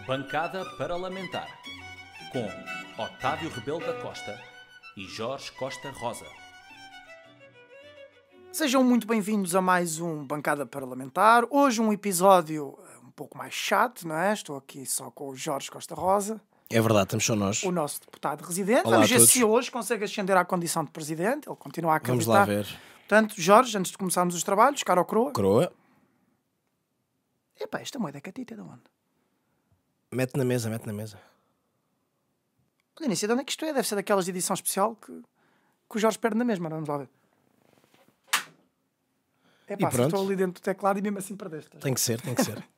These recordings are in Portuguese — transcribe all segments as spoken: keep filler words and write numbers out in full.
Bancada Parlamentar, com Otávio Rebelo da Costa e Jorge Costa Rosa. Sejam muito bem-vindos a mais um Bancada Parlamentar. Hoje um episódio um pouco mais chato, não é? Estou aqui só com o Jorge Costa Rosa. É verdade, estamos só nós. O nosso deputado residente. Olá Vamos a ver todos. se hoje consegue ascender à condição de presidente. Ele continua a acreditar. Vamos lá ver. Portanto, Jorge, antes de começarmos os trabalhos, cara ou croa. Coroa, Epá, esta moeda é catita de onde? mete na mesa, mete na mesa. Olha, nem sei de onde é que isto é. Deve ser daquelas de edição especial que, que o Jorge perde na mesma. Vamos lá ver. Epá, E pronto. estou ali dentro do teclado e mesmo assim perdeste. Tem que ser, tem que ser.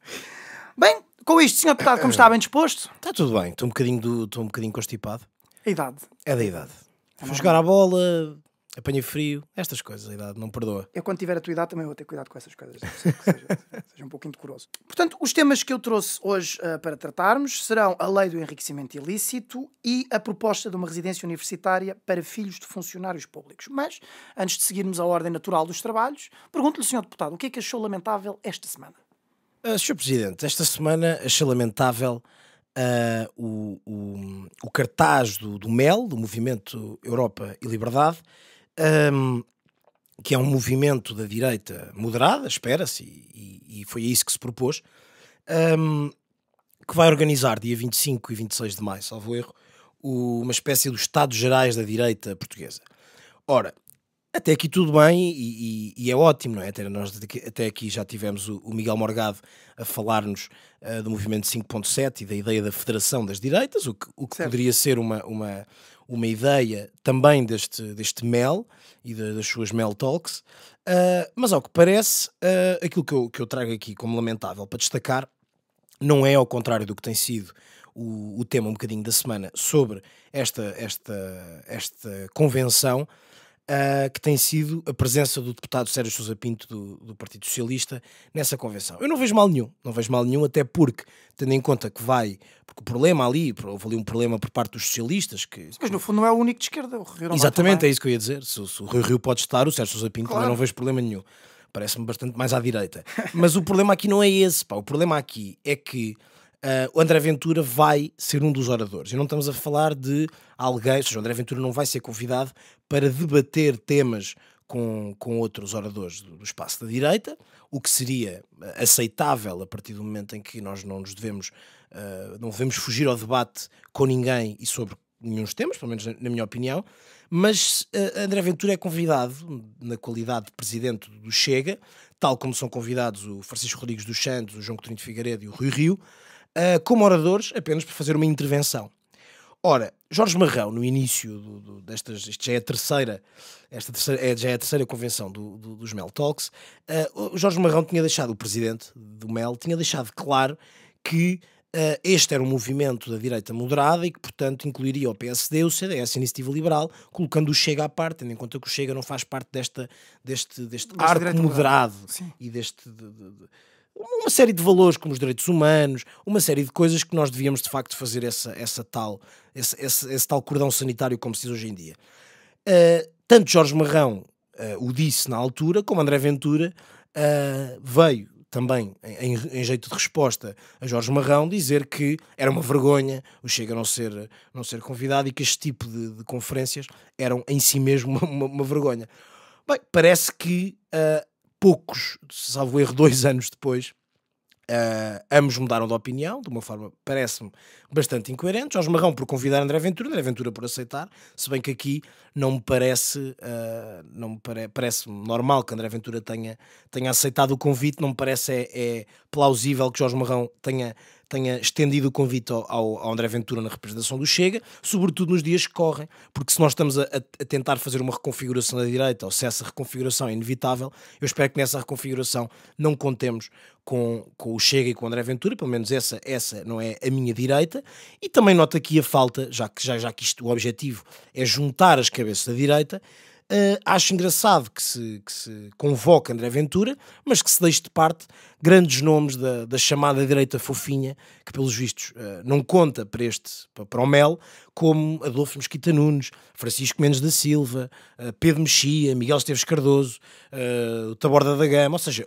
Bem, com isto, senhor deputado, como está bem disposto? Está tudo bem, estou um bocadinho, do, estou um bocadinho constipado. A idade. É da idade. Fui jogar à bola, apanhei frio, estas coisas, a idade não perdoa. Eu, quando tiver a tua idade, também vou ter cuidado com essas coisas. Que seja, seja um pouco indecoroso. Portanto, os temas que eu trouxe hoje uh, para tratarmos serão a lei do enriquecimento ilícito e a proposta de uma residência universitária para filhos de funcionários públicos. Mas, antes de seguirmos a ordem natural dos trabalhos, pergunto-lhe, senhor deputado, o que é que achou lamentável esta semana? Uh, senhor Presidente, esta semana achei lamentável uh, o, o, o cartaz do, do M E L, do Movimento Europa e Liberdade, um, que é um movimento da direita moderada, espera-se, e, e, e foi a isso que se propôs, um, que vai organizar dia vinte e cinco e vinte e seis de maio, salvo erro, o, uma espécie dos Estados Gerais da direita portuguesa. Ora, até aqui tudo bem e, e, e é ótimo, não é? Até, nós até aqui já tivemos o, o Miguel Morgado a falar-nos uh, do movimento cinco ponto sete e da ideia da federação das direitas, o que, o que poderia ser uma, uma, uma ideia também deste, deste M E L e de, das suas M E L Talks, uh, mas ao que parece, uh, aquilo que eu, que eu trago aqui como lamentável para destacar não é, ao contrário do que tem sido o, o tema um bocadinho da semana sobre esta, esta, esta convenção, Uh, que tem sido a presença do deputado Sérgio Sousa Pinto do, do Partido Socialista nessa convenção. Eu não vejo mal nenhum, não vejo mal nenhum, até porque, tendo em conta que vai, porque o problema ali, houve ali um problema por parte dos socialistas que... Mas no fundo não é o único de esquerda. O Rio não Exatamente, vai é isso que eu ia dizer. Se, se o Rio Rio pode estar, o Sérgio Sousa Pinto, Claro. Também não vejo problema nenhum. Parece-me bastante mais à direita. Mas o problema aqui não é esse, pá. O problema aqui é que Uh, o André Ventura vai ser um dos oradores. E não estamos a falar de alguém, ou seja, o André Ventura não vai ser convidado para debater temas com, com outros oradores do, do espaço da direita, o que seria aceitável a partir do momento em que nós não nos devemos, uh, não devemos fugir ao debate com ninguém e sobre nenhum temas, pelo menos na, na minha opinião, mas uh, André Ventura é convidado na qualidade de presidente do Chega, tal como são convidados o Francisco Rodrigues dos Santos, o João Coutinho de Figueiredo e o Rui Rio, Uh, como oradores, apenas para fazer uma intervenção. Ora, Jorge Marrão, no início do, do, destas, isto já é a terceira, esta terceira, é, já é a terceira convenção do, do, dos M E L Talks, uh, o Jorge Marrão tinha deixado, o presidente do M E L, tinha deixado claro que uh, este era um movimento da direita moderada e que, portanto, incluiria o P S D, o C D S, a Iniciativa Liberal, colocando o Chega à parte, tendo em conta que o Chega não faz parte desta, deste, deste Desta arco direita moderado moderada. e deste... De, de, de, uma série de valores como os direitos humanos, uma série de coisas que nós devíamos de facto fazer essa, essa tal, esse, esse, esse tal cordão sanitário como se diz hoje em dia. Uh, tanto Jorge Marrão uh, o disse na altura, como André Ventura uh, veio também em, em jeito de resposta a Jorge Marrão dizer que era uma vergonha o Chega não ser, não ser convidado e que este tipo de, de conferências eram em si mesmo uma, uma, uma vergonha. Bem, parece que uh, poucos, salvo erro, dois anos depois, uh, ambos mudaram de opinião, de uma forma, parece-me, bastante incoerente. Jorge Marrão por convidar André Ventura, André Ventura por aceitar, se bem que aqui não me parece, uh, não me pare, parece-me normal que André Ventura tenha, tenha aceitado o convite, não me parece é, é plausível que Jorge Marrão tenha, tenha estendido o convite ao, ao André Ventura na representação do Chega, sobretudo nos dias que correm, porque se nós estamos a, a tentar fazer uma reconfiguração da direita, ou se essa reconfiguração é inevitável, eu espero que nessa reconfiguração não contemos com, com o Chega e com o André Ventura, pelo menos essa, essa não é a minha direita, e também noto aqui a falta, já que, já, já que isto, o objetivo é juntar as cabeças da direita, Uh, acho engraçado que se, que se convoque André Ventura, mas que se deixe de parte grandes nomes da, da chamada direita fofinha, que pelos vistos uh, não conta para, este, para, para o M E L, como Adolfo Mesquita Nunes, Francisco Mendes da Silva, uh, Pedro Mexia, Miguel Esteves Cardoso, uh, o Taborda da Gama, ou seja,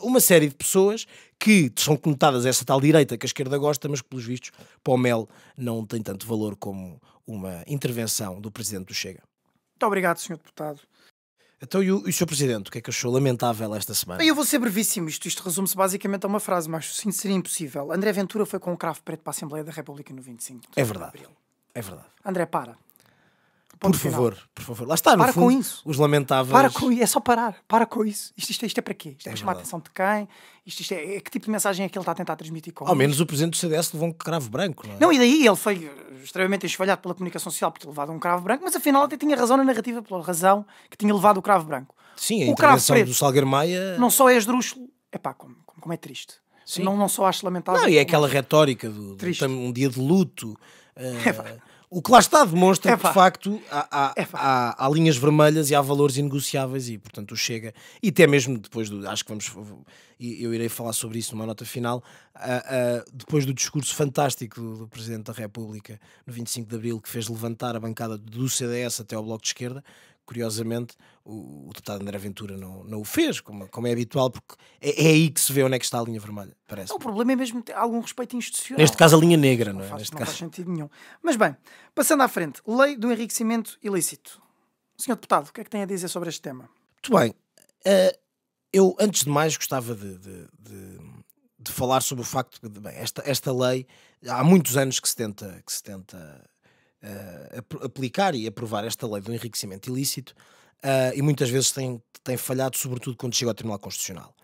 uma série de pessoas que são conotadas a essa tal direita que a esquerda gosta, mas que, pelos vistos, para o Mel não tem tanto valor como uma intervenção do Presidente do Chega. Muito obrigado, senhor Deputado. Então, e o, e o senhor Presidente, o que é que achou lamentável esta semana? Eu vou ser brevíssimo, isto, isto resume-se basicamente a uma frase, mas sim, seria impossível. André Ventura foi com um cravo preto para a Assembleia da República no vinte e cinco É de verdade, abril. é verdade. André, para. Por Ponto final. favor, por favor. Lá está, no Para fundo, com isso. os lamentáveis... Para com isso, é só parar. Para com isso. Isto, isto, isto é para quê? Isto é É para chamar a verdade. atenção de quem? Isto, isto é, é- que tipo de mensagem é que ele está a tentar transmitir com Ao isto? menos o Presidente do C D S levou um cravo branco, não é? Não, e daí ele foi eh, extremamente enxovalhado pela comunicação social por ter levado um cravo branco, mas afinal até tinha razão na narrativa pela razão que tinha levado o cravo branco. Sim, a o cravo intervenção preto do Salgueiro Maia... não só é esdrúxulo, epá, como, como, como é triste. Sim. Não, não só acho lamentável. Não, e é como- aquela retórica do, do Triste. tam- um dia de luto. eh, o que lá está demonstra que, Epá. de facto, há, há, Epá. há, há linhas vermelhas e há valores inegociáveis e, portanto, o Chega, e até mesmo depois do, acho que vamos, e eu irei falar sobre isso numa nota final, ah, ah, depois do discurso fantástico do, do Presidente da República no vinte e cinco de Abril, que fez levantar a bancada do C D S até ao Bloco de Esquerda, curiosamente, o, o deputado André Ventura não, não o fez, como, como é habitual, porque é, é aí que se vê onde é que está a linha vermelha, parece. Não, o problema é mesmo ter algum respeito institucional. Neste caso, a linha negra, não Não é? faz, Neste não caso. faz sentido nenhum. Mas bem, passando à frente, lei do enriquecimento ilícito. senhor Deputado, o que é que tem a dizer sobre este tema? Muito bem. Eh, eu, antes de mais, gostava de, de- de- de falar sobre o facto de, bem, esta, esta lei, há muitos anos que se tenta, que se tenta eh, ap- aplicar e aprovar esta lei do enriquecimento ilícito, eh, e muitas vezes tem, tem falhado, sobretudo quando chega ao Tribunal Constitucional.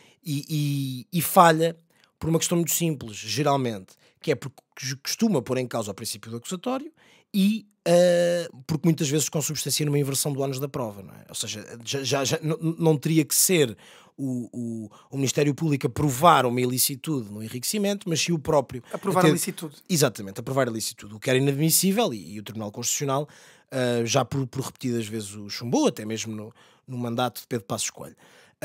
E, e- e falha por uma questão muito simples, geralmente, que é porque costuma pôr em causa o princípio do acusatório e eh, porque muitas vezes consubstancia numa inversão do ônus da prova. Não é? Ou seja, já, já- já n- não teria que ser o, o- o Ministério Público a provar uma ilicitude no enriquecimento, mas sim o próprio. Aprovar a ter- a ilicitude. Exatamente, aprovar a ilicitude, o que era inadmissível, e, e o Tribunal Constitucional ah, já por, por repetidas vezes o chumbou, até mesmo no, no mandato de Pedro Passos Coelho.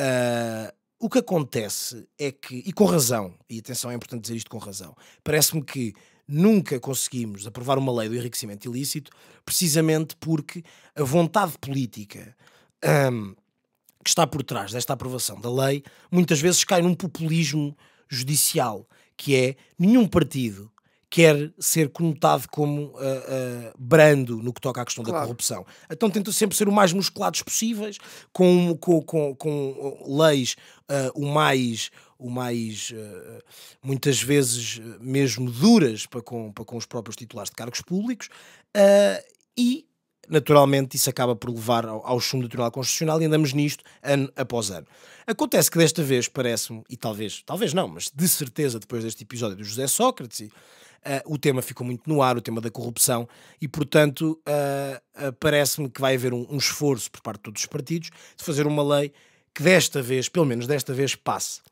Ah, o que acontece é que, e com razão, e atenção, é importante dizer isto com razão, parece-me que nunca conseguimos aprovar uma lei do enriquecimento ilícito precisamente porque a vontade política ahm, que está por trás desta aprovação da lei muitas vezes cai num populismo judicial, que é nenhum partido quer ser conotado como ah, ah, brando no que toca à questão da Claro. corrupção. Então tentam sempre ser o mais musculados possíveis, com, com, com, com leis ah, o mais, o mais ah, muitas vezes ah, mesmo duras para com, para com os próprios titulares de cargos públicos, ah, e naturalmente isso acaba por levar ao, ao chumbo do Tribunal Constitucional e andamos nisto ano após ano. Acontece que desta vez parece-me, e talvez, talvez não, mas de certeza depois deste episódio do José Sócrates, e, Uh, o tema ficou muito no ar, o tema da corrupção, e portanto uh, uh, parece-me que vai haver um, um esforço por parte de todos os partidos de fazer uma lei que desta vez, pelo menos desta vez, passe.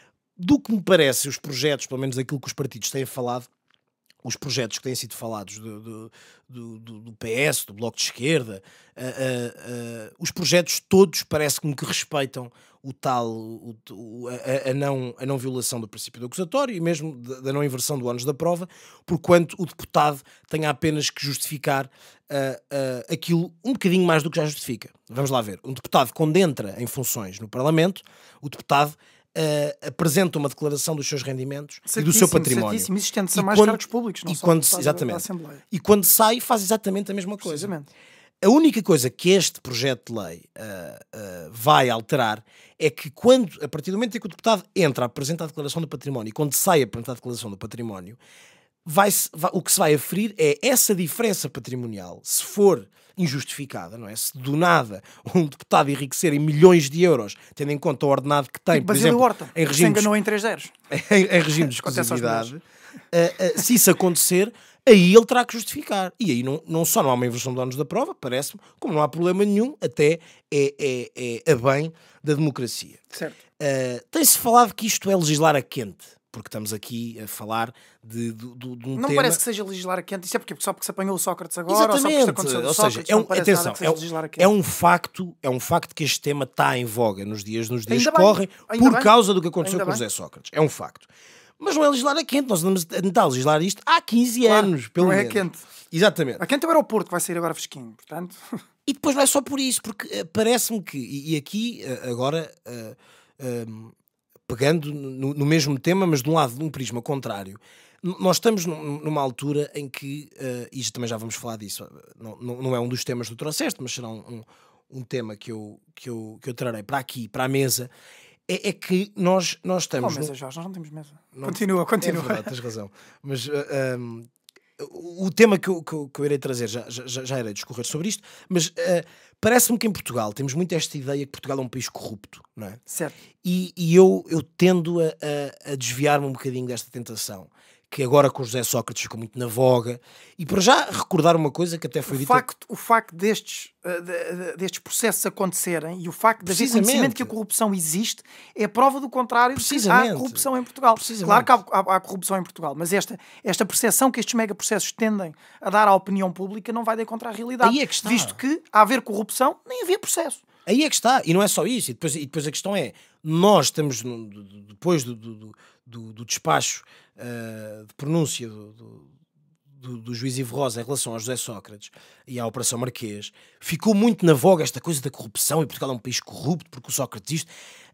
Do que me parece, os projetos, pelo menos aquilo que os partidos têm falado, os projetos que têm sido falados do, do, do, do- do P S, do Bloco de Esquerda, uh, uh, uh, os projetos todos parece-me que respeitam o tal, o- o- a, a não, a não violação do princípio do acusatório e mesmo da, da não inversão do ónus da prova, porquanto o deputado tenha apenas que justificar uh, uh, aquilo um bocadinho mais do que já justifica. Vamos lá ver. Um deputado, quando entra em funções no Parlamento, o deputado uh, apresenta uma declaração dos seus rendimentos e do seu Certíssimo, património. certíssimo. Isso estende-se E a mais quando- cargos públicos, não e só quando, deputados exatamente. da Assembleia. E quando sai, faz exatamente a mesma coisa. Precisamente. A única coisa que este projeto de lei ah, ah, vai alterar é que quando, a partir do momento em que o deputado entra a apresentar a declaração do património e quando sai a apresentar a declaração do património, vai vai, o que se vai aferir é essa diferença patrimonial, se for injustificada, não é? Se do nada um deputado enriquecer em milhões de euros, tendo em conta o ordenado que tem, Tipo por Basílio exemplo, Horta, em que se regime de enganou em três zeros. em, em regime de Acontece aos exclusividade, ah, ah, se isso acontecer, aí ele terá que justificar. E aí não, não só não há uma inversão de ónus da prova, parece-me, como não há problema nenhum, até é, é, é a bem da democracia. Certo. Ah, tem-se falado que isto é legislar a quente, porque estamos aqui a falar de, de, de, de um Não tema... parece que seja legislar a quente. Isso é porque só porque se apanhou o Sócrates agora, ou só porque Exatamente, isto aconteceu do ou Sócrates, seja, é um, não parece nada atenção, que seja é, legislar a um, quente. é um facto, é um facto que este tema está em voga nos dias, nos dias Ainda que bem, correm, ainda por bem, causa do que aconteceu ainda com o bem. José Sócrates. É um facto. Mas não é legislar a quente, nós andamos a tentar legislar isto há quinze Claro, anos, pelo não é menos. quente. Exatamente. A quente é o aeroporto que vai sair agora fresquinho, portanto... E depois não é só por isso, porque eh, parece-me que, e, e aqui eh, agora eh, ehm, pegando no, no mesmo tema, mas de um lado, de um prisma contrário. Nós estamos numa altura em que, uh, e também já vamos falar disso, não, não, não é um dos temas que tu trouxeste, mas será um, um, um tema que eu, que, eu, que eu trarei para aqui, para a mesa, é, é que nós, nós estamos... Não, mesa, no... Jorge, nós não temos mesa. Não... Continua, continua. É verdade, tens razão. Mas uh, um, o tema que eu, que, eu, que eu irei trazer, já, já, já irei discorrer sobre isto, mas uh, parece-me que em Portugal temos muito esta ideia que Portugal é um país corrupto, não é? Certo. E, e eu, eu tendo a, a, a desviar-me um bocadinho desta tentação, que agora com o José Sócrates ficou muito na voga, e para já recordar uma coisa que até foi o dita... Facto, o facto destes, uh, de, de, destes processos acontecerem e o facto de haver conhecimento que a corrupção existe é a prova do contrário de que há corrupção em Portugal. Claro que há, há, há corrupção em Portugal, mas esta, esta percepção que estes megaprocessos tendem a dar à opinião pública não vai de contra a realidade. Aí é que está. Visto que, a haver corrupção, nem havia processo. Aí é que está, e não é só isso, e depois, e depois a questão é, nós estamos, no, depois do, do, do, do despacho uh, de pronúncia do, do, do, do juiz Ivo Rosa em relação ao José Sócrates e à Operação Marquês, ficou muito na voga esta coisa da corrupção, e Portugal é um país corrupto porque o Sócrates isto...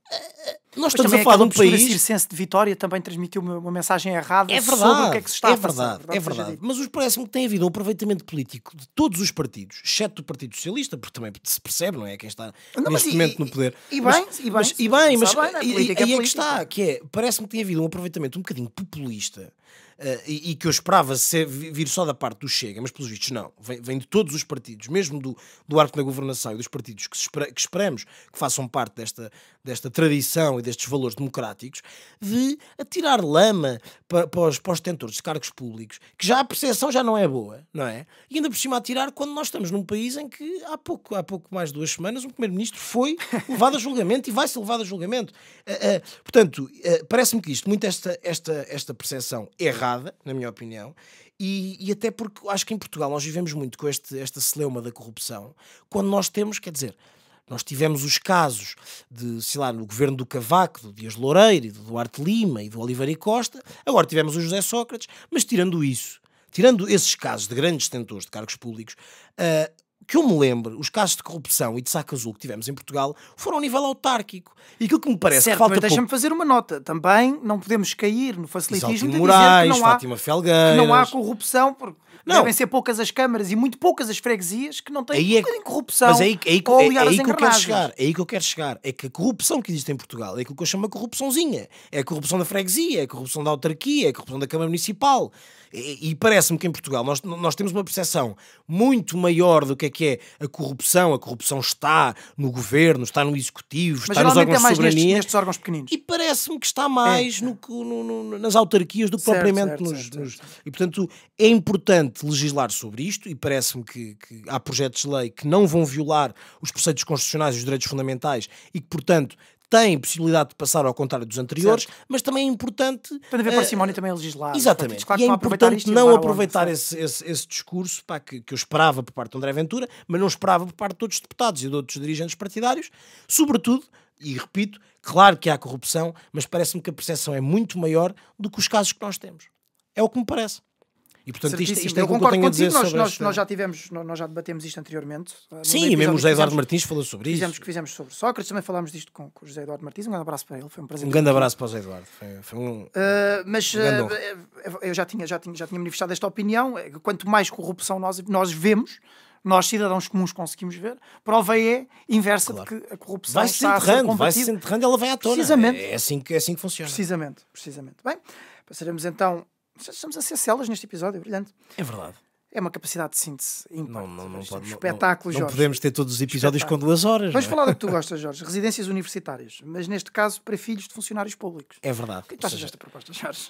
Uh, nós estamos a falar de um país... A Circense de Vitória também transmitiu uma, uma mensagem errada é verdade, sobre o que é que se está é a passar. Verdade, é verdade, é verdade. Mas parece-me que tem havido um aproveitamento político de todos os partidos, exceto do Partido Socialista, porque também se percebe, não é? Quem está não, neste momento e, no poder. E, e mas, bem, e bem, mas, e bem, mas bem, e, política, aí é é que está, que é, parece-me que tem havido um aproveitamento um bocadinho populista. Uh, e, e que eu esperava ser, vir só da parte do Chega, mas pelos vistos não, vem, vem de todos os partidos, mesmo do, do arco da governação e dos partidos que, se espera, que esperamos que façam parte desta, desta tradição e destes valores democráticos, de atirar lama para, para, os, para os detentores de cargos públicos, que já a percepção já não é boa, não é? E ainda por cima atirar quando nós estamos num país em que há pouco, há pouco mais de duas semanas um primeiro-ministro foi levado a julgamento e vai ser levado a julgamento. Uh, uh, portanto, uh, parece-me que isto, muito esta, esta, esta percepção errada, na minha opinião, e, e até porque acho que em Portugal nós vivemos muito com este, esta celeuma da corrupção, quando nós temos, quer dizer, nós tivemos os casos de, sei lá, no governo do Cavaco, do Dias Loureiro, do Duarte Lima e do Oliveira e Costa, agora tivemos o José Sócrates, mas tirando isso, tirando esses casos de grandes detentores de cargos públicos, uh, que eu me lembro, os casos de corrupção e de saco azul que tivemos em Portugal foram a nível autárquico. E aquilo que me parece certo, que falta mas deixa-me pouco... fazer uma nota. Também não podemos cair no facilitismo de Moraes, dizer que não, há, Fátima Felgueiras, que não há corrupção, porque não. devem ser poucas as câmaras e muito poucas as freguesias que não têm aí é, um corrupção. Mas é aí, é aí, ou é, ligar é as aí que eu quero engrenagens. chegar. É aí que eu quero chegar. É que a corrupção que existe em Portugal é aquilo que eu chamo de corrupçãozinha. É a corrupção da freguesia, é a corrupção da autarquia, é a corrupção da Câmara Municipal. E, e parece-me que em Portugal nós, nós temos uma percepção muito maior do que é que é a corrupção. A corrupção está no governo, está no executivo, mas está nos órgãos é mais de soberania. Nestes, nestes órgãos pequeninos. E parece-me que está mais é, no, no, no, nas autarquias do que certo, propriamente certo, nos, certo, nos... certo. E portanto é importante legislar sobre isto, e parece-me que, que há projetos de lei que não vão violar os preceitos constitucionais e os direitos fundamentais e que, portanto, têm possibilidade de passar ao contrário dos anteriores, certo. Mas também é importante... Tem de haver parcimónia uh, também a legislar. Exatamente. Claro, e é importante não aproveitar esse, esse, esse discurso pá, que, que eu esperava por parte de André Ventura, mas não esperava por parte de outros deputados e de outros dirigentes partidários, sobretudo, e repito, claro que há corrupção, mas parece-me que a percepção é muito maior do que os casos que nós temos. É o que me parece. E portanto isto, isto é o que eu tenho a dizer nós, sobre nós, esta... nós já tivemos, nós já debatemos isto anteriormente. Sim, e mesmo o José Eduardo Martins falou sobre fizemos, isso. Que fizemos sobre Sócrates, também falámos disto com, com o José Eduardo Martins. Um grande abraço para ele, foi um prazer. Um grande abraço para o José Eduardo. Foi, foi um, uh, mas um uh, eu já tinha, já, tinha, já tinha manifestado esta opinião. Quanto mais corrupção nós, nós vemos, nós cidadãos comuns conseguimos ver, prova é inversa claro. De que a corrupção vai está a ser combatida. Vai se enterrando, ela vai à tona. Precisamente. É assim que, é assim que funciona. Precisamente, precisamente. Bem, passaremos então... Estamos a ser celas neste episódio, brilhante. É verdade. É uma capacidade de síntese ímpar. Não, não, não, pode, espetáculo, não, Jorge. Não podemos ter todos os episódios com duas horas. Vamos não é? falar do que tu gostas, Jorge. Residências universitárias. Mas neste caso para filhos de funcionários públicos. É verdade. O que tu achas desta proposta, Jorge?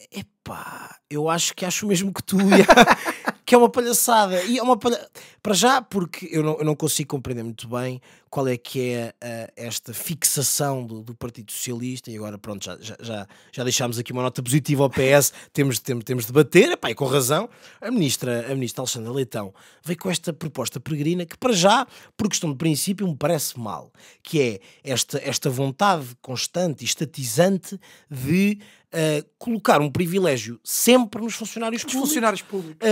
Epá, eu acho que acho mesmo que tu que é uma palhaçada. E é uma palha... Para já, porque eu não, eu não consigo compreender muito bem qual é que é uh, esta fixação do, do Partido Socialista. E agora, pronto, já, já, já, já deixámos aqui uma nota positiva ao P S. temos, temos, temos de debater, epá, e com razão. A ministra, a ministra Alexandra Leitão veio com esta proposta peregrina que, para já, por questão de princípio, me parece mal. Que é esta, esta vontade constante e estatizante de... Uh, colocar um privilégio sempre nos funcionários Os públicos, funcionários públicos. Uh, que,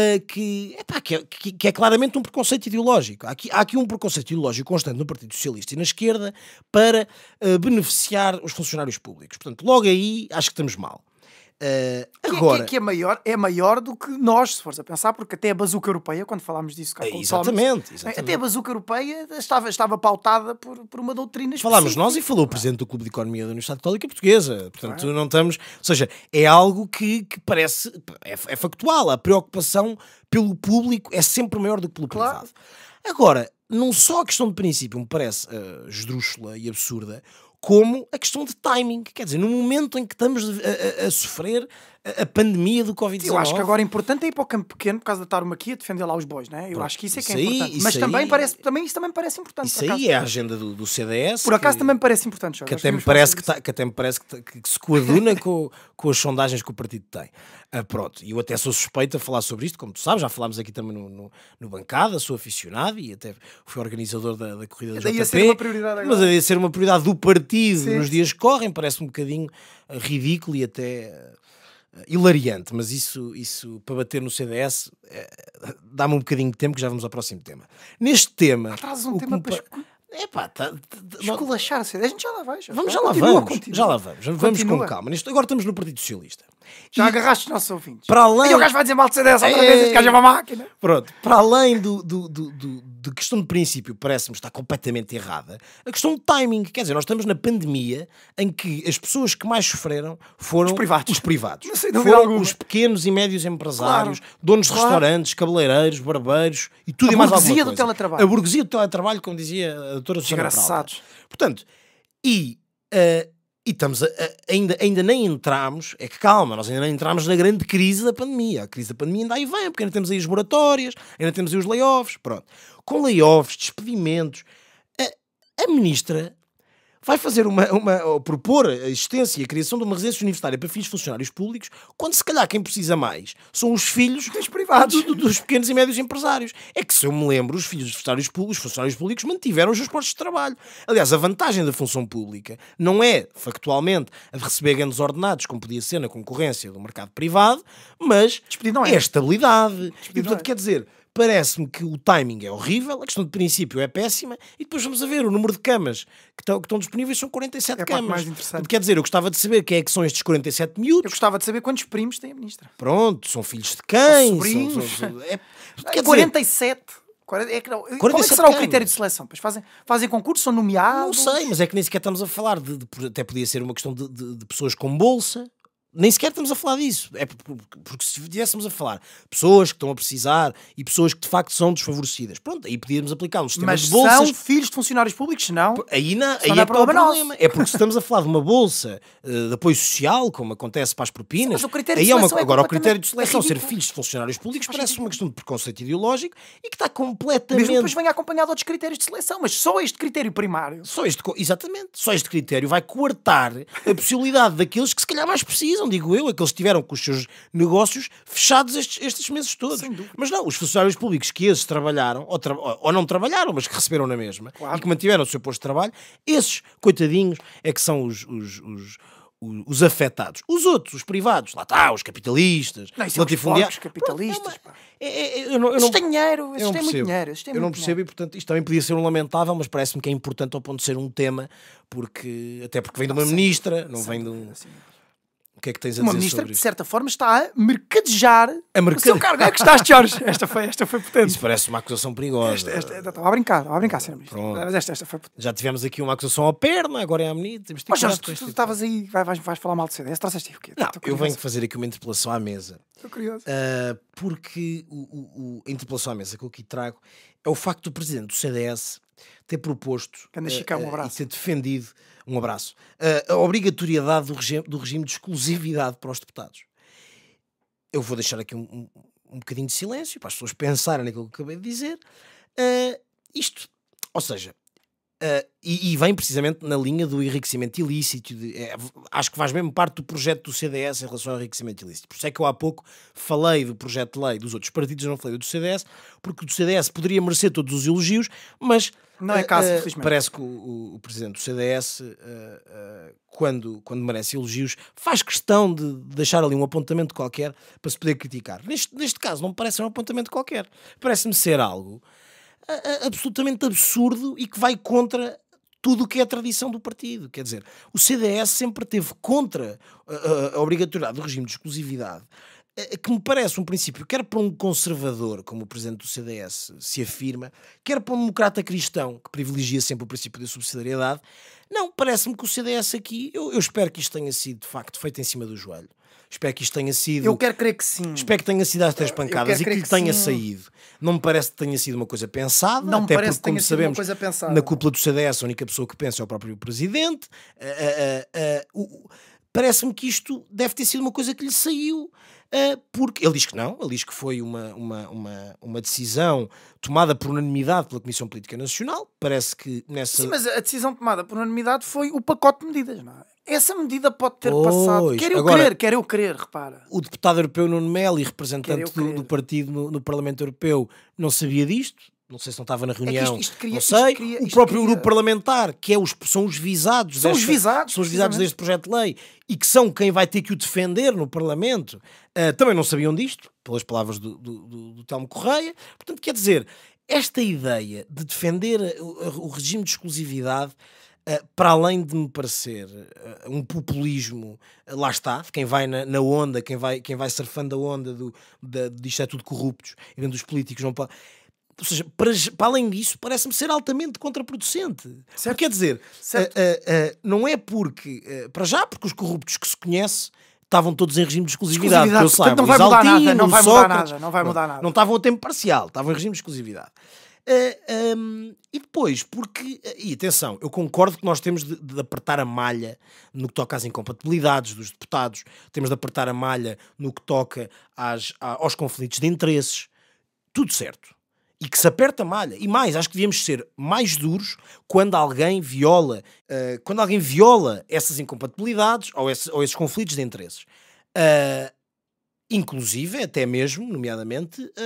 que, epá, que, é, que, que é claramente um preconceito ideológico. Há aqui, há aqui um preconceito ideológico constante no Partido Socialista e na esquerda para uh, beneficiar os funcionários públicos. Portanto, logo aí acho que estamos mal. Uh, Que, agora, que, que é, maior, é maior do que nós, se fores a pensar, porque até a bazuca europeia, quando falámos disso cá, É, quando exatamente, falámos, exatamente. até a bazuca europeia estava, estava pautada por, por uma doutrina específica. falámos nós e falou o Presidente do Clube de Economia da Universidade Católica Portuguesa. Portanto, não estamos... Ou seja, é algo que, que parece... É, é factual. A preocupação pelo público é sempre maior do que pelo Claro. privado. Agora, não só a questão de princípio me parece uh, esdrúxula e absurda, como a questão de timing. Quer dizer, no momento em que estamos a, a, a sofrer a, a pandemia do covid dezenove... Eu acho que agora é importante é ir para o campo pequeno por causa de estar uma aqui a defender lá os bois, né? Eu Pronto, acho que isso é que é isso aí- importante. isso Mas também, aí- parece, também isso também me parece importante. Isso por acaso. aí é a agenda do, do C D S. Por acaso que- também me parece importante. Jorge. que Nós até, me podíamos falar parece que, sobre tá- que até me parece que, tá- que- que se coaduna com, com as sondagens que o partido tem. Ah, pronto, e eu até sou suspeito a falar sobre isto, como tu sabes, já falámos aqui também no, no, no Bancada, sou aficionado e até fui organizador da, da corrida da Daí J P. a ser uma prioridade agora. Mas a ser uma prioridade do partido Sim, nos sim. dias que correm, parece um bocadinho ah, ridículo e até ah, hilariante, mas isso, isso para bater no C D S eh, dá-me um bocadinho de tempo que já vamos ao próximo tema. Neste tema... Trazes um o que tema me para pa- Epá, tá- tá- tá- esculachar. A gente já lá vai. Jorge. Vamos, já lá Continua, vamos, continua. já lá vamos, vamos Continua. com calma. Neste- agora estamos no Partido Socialista. Já E, agarraste os nossos ouvintes. para além- E o gajo vai dizer mal de C D S outra É. vez, este gajo é uma máquina. pronto, para além do, do, do, do- de questão de princípio, parece-me estar completamente errada, a questão de timing, quer dizer, nós estamos na pandemia em que as pessoas que mais sofreram foram Os privados. os privados. Não sei, dúvida Foram alguma. os pequenos e médios empresários, Claro. donos de Claro. restaurantes, cabeleireiros, barbeiros e tudo A e mais alguma burguesia do coisa. teletrabalho. A burguesia do teletrabalho, como dizia a doutora Susana Pralta. Desgraçados. Portanto, e, eh, e estamos a- a- ainda, ainda nem entramos, é que calma, nós ainda nem entramos na grande crise da pandemia. A crise da pandemia ainda aí vem, porque ainda temos aí as moratórias, ainda temos aí os layoffs, pronto. Com layoffs, despedimentos, a, a ministra vai fazer uma, uma, ou propor a existência e a criação de uma residência universitária para filhos de funcionários públicos, quando se calhar quem precisa mais são os filhos Dos privados. do- do- dos pequenos e médios empresários. É que, se eu me lembro, os filhos dos funcionários públicos, os funcionários públicos mantiveram os seus postos de trabalho. Aliás, a vantagem da função pública não é, factualmente, a de receber grandes ordenados, como podia ser na concorrência do mercado privado, mas Despedido não é. é a estabilidade. E, Despedido portanto, não é. quer dizer, parece-me que o timing é horrível, a questão de princípio é péssima, e depois vamos a ver o número de camas que estão, que estão disponíveis são quarenta e sete É a parte camas. mais interessante. Portanto, quer dizer, eu gostava de saber quem é que são estes quarenta e sete Eu miúdos. gostava de saber quantos primos tem a ministra. Pronto, são filhos de quem? Ou sobrinhos. São- são- são- é- quer É dizer, quarenta e sete. quarenta É que não. Como é que quarenta e sete será o camas. critério de seleção? Pois fazem, fazem concurso, são não nomeados. sei, mas é que nem sequer estamos a falar de, de- até podia ser uma questão de, de- de pessoas com bolsa. Nem sequer estamos a falar disso. É porque, porque se estivéssemos a falar pessoas que estão a precisar e pessoas que de facto são desfavorecidas, pronto, aí podíamos aplicar um sistema Mas de bolsas. são filhos de funcionários públicos? Se não. Aí, na, Isso aí não é é que está o problema problema. nosso. É porque se estamos a falar de uma bolsa eh, de apoio social, como acontece para as propinas, Mas o critério aí de é uma, seleção é agora o critério de completamente seleção ser ridículo. filhos de funcionários públicos Faz parece ridículo. uma questão de preconceito ideológico e que está completamente... Mesmo depois venha acompanhado de outros critérios de seleção, mas só este critério primário. Só este, co- exatamente, só este critério vai coartar a possibilidade daqueles que se calhar mais precisam, digo eu, aqueles que tiveram com os seus negócios fechados estes, estes meses todos. Sem dúvida. Mas não, os funcionários públicos que esses trabalharam, ou, tra- ou- ou não trabalharam, mas que receberam na mesma, Claro. e que mantiveram o seu posto de trabalho, esses, coitadinhos, é que são os... os, os os- os afetados. Os outros, os privados, lá está, os capitalistas, Não, isso é os latifundiários. porcos capitalistas, Pronto, é pá. uma- é- é- eu não- eu Eles não- têm dinheiro, eu eles não têm muito percebo. dinheiro. Eles têm Eu não muito percebo dinheiro. e, portanto, isto também podia ser um lamentável, mas parece-me que é importante ao ponto de ser um tema, porque até porque vem de uma Sem ministra, não sem vem de um... dúvida, sem dúvida. O que é que tens a Uma dizer ministra sobre que, de isto? certa forma, está a mercadejar A o mercade- seu cargo. É que estás, Jorge. Esta foi, esta foi potente. Isso parece uma acusação perigosa. Esta, esta, esta, estava a brincar, estava a brincar, senhor Ministro. Pronto. Mas esta, esta foi potente. Já tivemos aqui uma acusação à perna, agora é à menina. Temos de ter Mas cuidado Jorge, com tu, este tu tipo. estavas aí, vai- vais, vais falar mal de C D S, trouxeste aí o quê? Não, Estou eu curioso. venho fazer aqui uma interpelação à mesa. Estou curioso. Uh, porque o, o- o- a interpelação à mesa que eu aqui trago é o facto do presidente do C D S ter proposto Ganda uh, Chicão, um uh, abraço. e ter defendido, um abraço, uh, a obrigatoriedade do regime, do regime de exclusividade para os deputados. Eu vou deixar aqui um, um, um bocadinho de silêncio para as pessoas pensarem naquilo que acabei de dizer. Uh, isto, ou seja, Uh, e, e vem precisamente na linha do enriquecimento ilícito. De, é, acho que faz mesmo parte do projeto do C D S em relação ao enriquecimento ilícito. Por isso é que eu há pouco falei do projeto de lei dos outros partidos, não falei do C D S, porque o do C D S poderia merecer todos os elogios, mas não é caso, uh, uh, parece que o, o, o presidente do C D S, uh, uh, quando, quando merece elogios, faz questão de deixar ali um apontamento qualquer para se poder criticar. Neste, neste caso, não me parece um apontamento qualquer. Parece-me ser algo absolutamente absurdo e que vai contra tudo o que é a tradição do partido. Quer dizer, o C D S sempre teve contra a, a obrigatoriedade do regime de exclusividade, que me parece um princípio, quer para um conservador, como o presidente do C D S se afirma, quer para um democrata cristão, que privilegia sempre o princípio da subsidiariedade. Não, parece-me que o C D S aqui, eu, eu espero que isto tenha sido, de facto, feito em cima do joelho. Espero que isto tenha sido... Eu quero crer que sim. Espero que tenha sido às três pancadas e que lhe tenha sim. saído. Não me parece que tenha sido uma coisa pensada. Não até me parece porque, como que tenha sabemos, sido uma coisa pensada. Na cúpula do C D S, a única pessoa que pensa é o próprio presidente. Uh, uh, uh, uh, parece-me que isto deve ter sido uma coisa que lhe saiu. Uh, porque ele diz que não. Ele diz que foi uma, uma, uma, uma decisão tomada por unanimidade pela Comissão Política Nacional. Parece que nessa... Sim, mas a decisão tomada por unanimidade foi o pacote de medidas, não é? Essa medida pode ter pois, passado. Quer eu agora, querer, quer eu querer, repara. O deputado europeu Nuno Melo e representante do, do partido no, no Parlamento Europeu não sabia disto. Não sei se não estava na reunião. É isto, isto cria, não sei. Cria, o próprio cria... grupo parlamentar, que é os, são os visados. São desta, os visados. São os visados deste projeto de lei e que são quem vai ter que o defender no Parlamento. Uh, também não sabiam disto, pelas palavras do, do, do, do Telmo Correia. Portanto, quer dizer, esta ideia de defender o, o regime de exclusividade, Uh, para além de me parecer uh, um populismo, uh, lá está, de quem vai na, na onda, quem vai, quem vai surfando a onda do, da, disto é tudo corruptos, e vendo os políticos não podem. Ou seja, para, para além disso, parece-me ser altamente contraproducente. Certo. Quer dizer, uh, uh, uh, não é porque, uh, para já, porque os corruptos que se conhece estavam todos em regime de exclusividade. exclusividade Que eu saiba, não vai mudar Altino, nada, não vai mudar nada, não vai mudar não, nada. Não estavam a tempo parcial, estavam em regime de exclusividade. Uh, um, e depois, porque, e atenção, eu concordo que nós temos de, de apertar a malha no que toca às incompatibilidades dos deputados, temos de apertar a malha no que toca às, aos conflitos de interesses, tudo certo. E que se aperta a malha. E mais, acho que devíamos ser mais duros quando alguém viola, uh, quando alguém viola essas incompatibilidades ou, esse, ou esses conflitos de interesses. Uh, Inclusive, até mesmo, nomeadamente, a,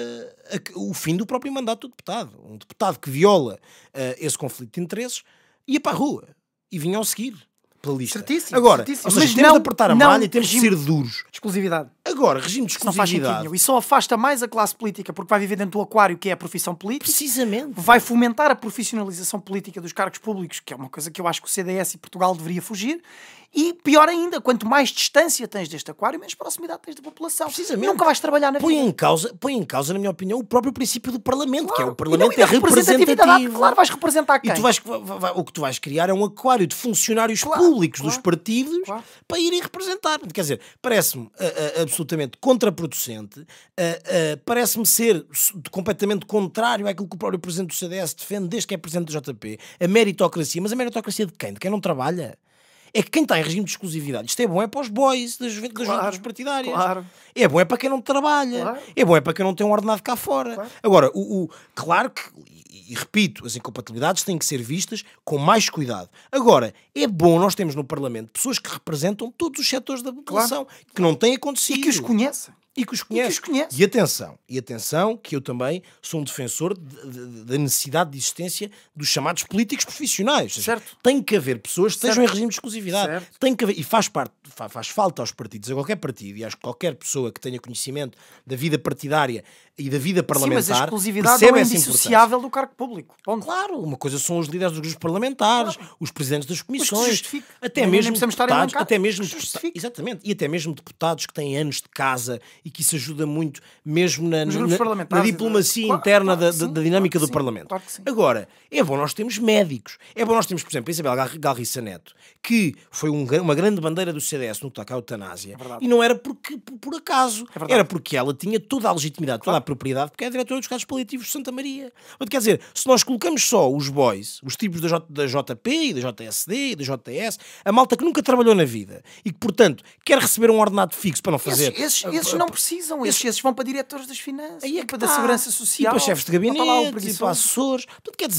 a, a, o fim do próprio mandato do deputado. Um deputado que viola uh, esse conflito de interesses ia para a rua e vinha ao seguir pela lista. Certíssimo, Agora, certíssimo. Ou seja, mas temos não, de apertar a não, malha e temos de regime ser duros. Exclusividade. Agora, regime de exclusividade. E só afasta mais a classe política porque vai viver dentro do aquário que é a profissão política. Precisamente. Vai fomentar a profissionalização política dos cargos públicos, que é uma coisa que eu acho que o C D S e Portugal deveria fugir. E pior ainda, quanto mais distância tens deste aquário, menos proximidade tens da população. Precisamente. Nunca vais trabalhar na põe vida. Em causa, põe em causa, na minha opinião, o próprio princípio do Parlamento, claro. que é o Parlamento não, é representativo. Claro, vais representar quem? E tu vais, o que tu vais criar é um aquário de funcionários claro, públicos claro, dos partidos claro. para irem representar. Quer dizer, parece-me uh, uh, absolutamente contraproducente, uh, uh, parece-me ser completamente contrário àquilo que o próprio Presidente do C D S defende desde que é Presidente do J P, a meritocracia. Mas a meritocracia de quem? De quem não trabalha? É que quem está em regime de exclusividade, isto é bom é para os boys das juventudes claro, partidárias. Claro. É bom é para quem não trabalha. Claro. É bom é para quem não tem um ordenado cá fora. Claro. Agora, o, o, claro que, e, e repito, as incompatibilidades têm que ser vistas com mais cuidado. Agora, é bom nós termos no Parlamento pessoas que representam todos os setores da população, claro. Que não têm acontecido. E que os conhecem. E que os conhece. E, que os conhece. E atenção, e atenção, que eu também sou um defensor da de, de necessidade de existência dos chamados políticos profissionais. Certo. Tem que haver pessoas que certo. Estejam em regime de exclusividade. Certo. Tem que haver, e faz parte, faz, faz falta aos partidos, a qualquer partido, e acho que qualquer pessoa que tenha conhecimento da vida partidária e da vida parlamentar. Sim, mas a exclusividade não é indissociável do cargo público. Ponto. Claro, uma coisa são os líderes dos grupos parlamentares, claro. Os presidentes das comissões, até não, mesmo deputados, estar até mesmo deputados, exatamente, e até mesmo deputados que têm anos de casa e que isso ajuda muito, mesmo na, na, na diplomacia claro, interna claro, da, sim, da dinâmica claro, do sim, Parlamento. Claro Agora, é bom nós termos médicos, é bom nós termos, por exemplo, a Isabel Galriça Neto, que foi um, uma grande bandeira do C D S no que toca à eutanásia, é e não era porque, por, por acaso, é era porque ela tinha toda a legitimidade, toda a propriedade, porque é a diretora dos casos paliativos de Santa Maria. Quer dizer, se nós colocamos só os boys, os tipos da, J, da J P e da J S D e da J T S, a malta que nunca trabalhou na vida e que, portanto, quer receber um ordenado fixo para não fazer... Esses, esses, esses não precisam, esses, esses vão para diretores das finanças, aí é que para tá. da segurança social, e para chefes de gabinete, e para assessores. Portanto, quer dizer,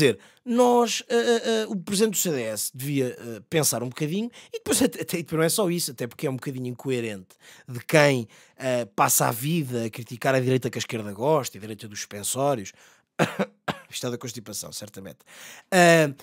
nós, uh, uh, o presidente do C D S devia uh, pensar um bocadinho, e depois até, até não é só isso, até porque é um bocadinho incoerente de quem uh, passa a vida a criticar a direita que a esquerda gosta, a direita dos suspensórios. Isto é da constipação, certamente. Uh,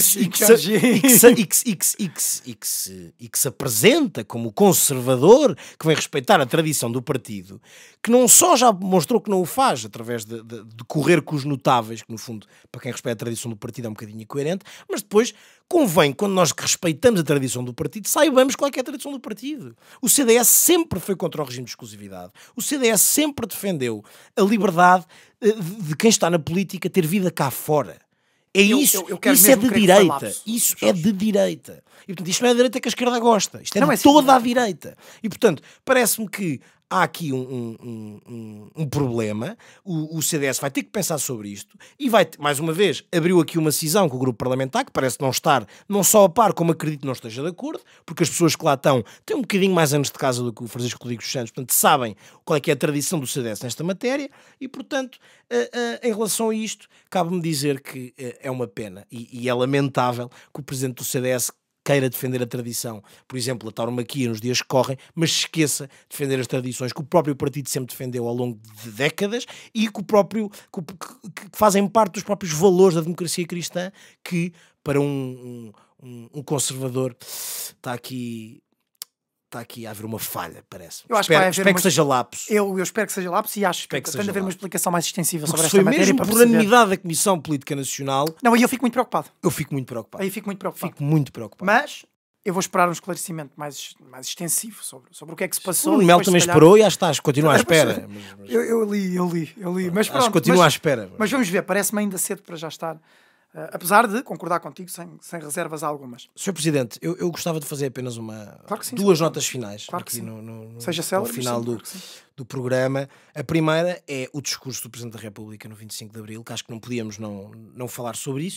E que se apresenta como conservador, que vem respeitar a tradição do partido, que não só já mostrou que não o faz através de, de, de correr com os notáveis, que no fundo, para quem respeita a tradição do partido é um bocadinho incoerente, mas depois convém, quando nós respeitamos a tradição do partido, saibamos qual é, que é a tradição do partido. O C D S sempre foi contra o regime de exclusividade. O C D S sempre defendeu a liberdade de quem está na política ter vida cá fora. É eu, isso, eu, eu isso é de direita. Isso é de direita. E portanto, isto não é a direita que a esquerda gosta. Isto é não de é toda a direita. E portanto, parece-me que há aqui um, um, um, um problema. O, o C D S vai ter que pensar sobre isto e vai, mais uma vez, abriu aqui uma cisão com o grupo parlamentar que parece não estar, não só a par, como acredito que não esteja de acordo, porque as pessoas que lá estão têm um bocadinho mais anos de casa do que o Francisco Rodrigues dos Santos, portanto sabem qual é que é a tradição do C D S nesta matéria e, portanto, uh, uh, em relação a isto, cabe-me dizer que uh, é uma pena e, e é lamentável que o presidente do C D S queira defender a tradição, por exemplo, a tauromaquia nos dias que correm, mas se esqueça de defender as tradições que o próprio partido sempre defendeu ao longo de décadas e que, o próprio, que, que fazem parte dos próprios valores da democracia cristã, que para um, um, um conservador está aqui... Está aqui a haver uma falha, parece. Eu acho espero que, vai espero uma... que seja lapso. Eu, eu espero que seja lapso e acho espero que, que tem de haver lapso. uma explicação mais extensiva Porque sobre se esta foi matéria. Mesmo para por perceber. unanimidade da Comissão Política Nacional... Não, aí eu fico muito preocupado. Eu fico muito preocupado. Aí fico muito preocupado. Fico muito preocupado. Mas eu vou esperar um esclarecimento mais, mais extensivo sobre, sobre o que é que se passou. O Mel também calhar... esperou e já estás, continua à espera. Mas, mas... Eu, eu li, eu li, eu li. Mas Acho pronto, que continua mas, à espera. Mas vamos ver, parece-me ainda cedo para já estar. Uh, apesar de concordar contigo sem, sem reservas algumas. senhor Presidente, eu, eu gostava de fazer apenas uma, claro sim, duas sim, notas finais claro aqui no, no, no, Seja no célebre, final sim, do, claro do programa. A primeira é o discurso do Presidente da República no vinte e cinco de Abril, que acho que não podíamos não, não falar sobre isso.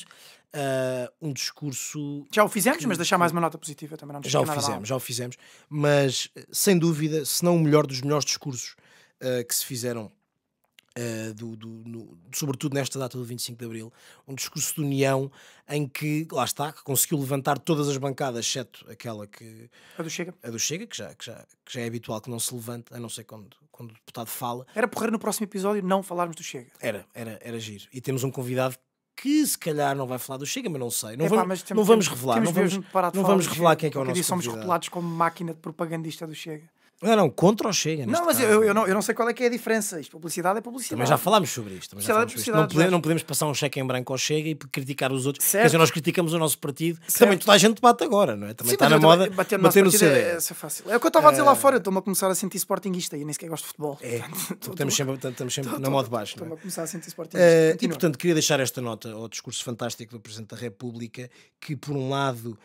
Uh, um discurso... Já o fizemos, que, mas deixar mais uma nota positiva também não nos Já o nada fizemos, mal. já o fizemos. Mas, sem dúvida, se não o melhor dos melhores discursos uh, que se fizeram Uh, do, do, no, sobretudo nesta data do vinte e cinco de Abril, um discurso de união em que, lá está, que conseguiu levantar todas as bancadas, exceto aquela que... A do Chega. A do Chega, que já, que já, que já é habitual que não se levante, a não ser quando, quando o deputado fala. Era porrer no próximo episódio não falarmos do Chega. Era, era, era giro. E temos um convidado que se calhar não vai falar do Chega, mas não sei. Não, Epá, vamos, mas temos, não vamos temos, revelar. Temos não vamos, não vamos revelar quem é que é o nosso somos convidado. rotulados como máquina de propagandista do Chega. Não, não, contra o Chega. Não, mas eu, eu, não, eu não sei qual é que é a diferença. Isto, publicidade é publicidade. Também já falámos sobre isto. Também já falámos sobre isto. Não, podemos, não podemos passar um cheque em branco ao Chega e criticar os outros. Certo. Quer dizer, nós criticamos o nosso partido. Também toda a gente debate agora, não é? Também Sim, está na moda bater, bater no C D. É, é, é fácil. É o que eu estava a dizer lá fora. Eu estou-me a começar a sentir sportinguista e nem sequer gosto de futebol. É, estamos sempre, estamos sempre na moda de baixo. Estou-me a começar a sentir sportinguista. E, portanto, queria deixar esta nota ao discurso fantástico do Presidente da República, que, por um lado...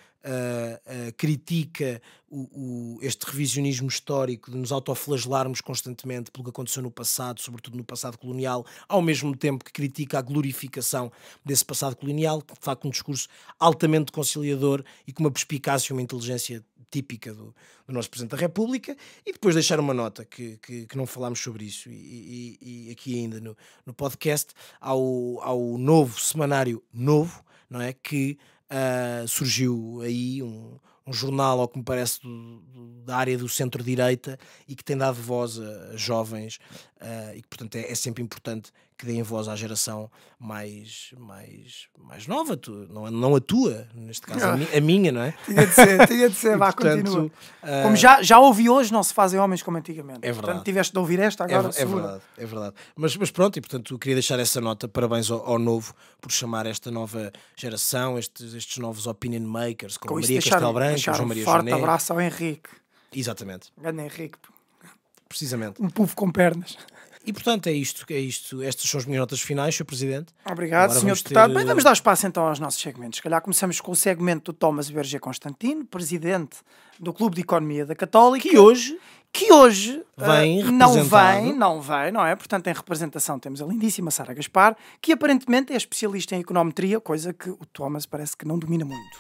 Uh, uh, critica o, o, este revisionismo histórico de nos autoflagelarmos constantemente pelo que aconteceu no passado, sobretudo no passado colonial, ao mesmo tempo que critica a glorificação desse passado colonial, de facto um discurso altamente conciliador e com uma perspicácia e uma inteligência típica do, do nosso Presidente da República, e depois deixar uma nota que, que, que não falámos sobre isso e, e, e aqui ainda no, no podcast, ao, ao novo semanário novo, não é, que Uh, surgiu aí um, um jornal, ao que me parece, do, do, da área do centro-direita e que tem dado voz a, a jovens uh, e que, portanto, é, é sempre importante que deem voz à geração mais, mais, mais nova, tu, não, não a tua, neste caso a, mi, a minha, não é? Tinha de ser, tinha de ser, vá, portanto, continua. Uh, Como já, já ouvi hoje, não se fazem homens como antigamente. É verdade. Portanto, tiveste de ouvir esta agora. É, é verdade, é verdade. Mas, mas pronto, e portanto, queria deixar essa nota, parabéns ao, ao Novo, por chamar esta nova geração, estes, estes novos opinion makers, como com Maria Castelo Branco, João Maria um forte Jané. abraço ao Henrique. Exatamente. Grande Henrique. Precisamente. Um povo com pernas. E portanto é isto, é isto. Estas são as minhas notas finais, senhor Presidente. Obrigado, Agora senhor ter... Deputado. Bem, vamos dar espaço então aos nossos segmentos. Se calhar começamos com o segmento do Thomas Berger Constantino, presidente do Clube de Economia da Católica. Que hoje... Que hoje vem uh, não vem, não vem, não é? Portanto, em representação temos a lindíssima Sara Gaspar, que aparentemente é especialista em econometria, coisa que o Thomas parece que não domina muito.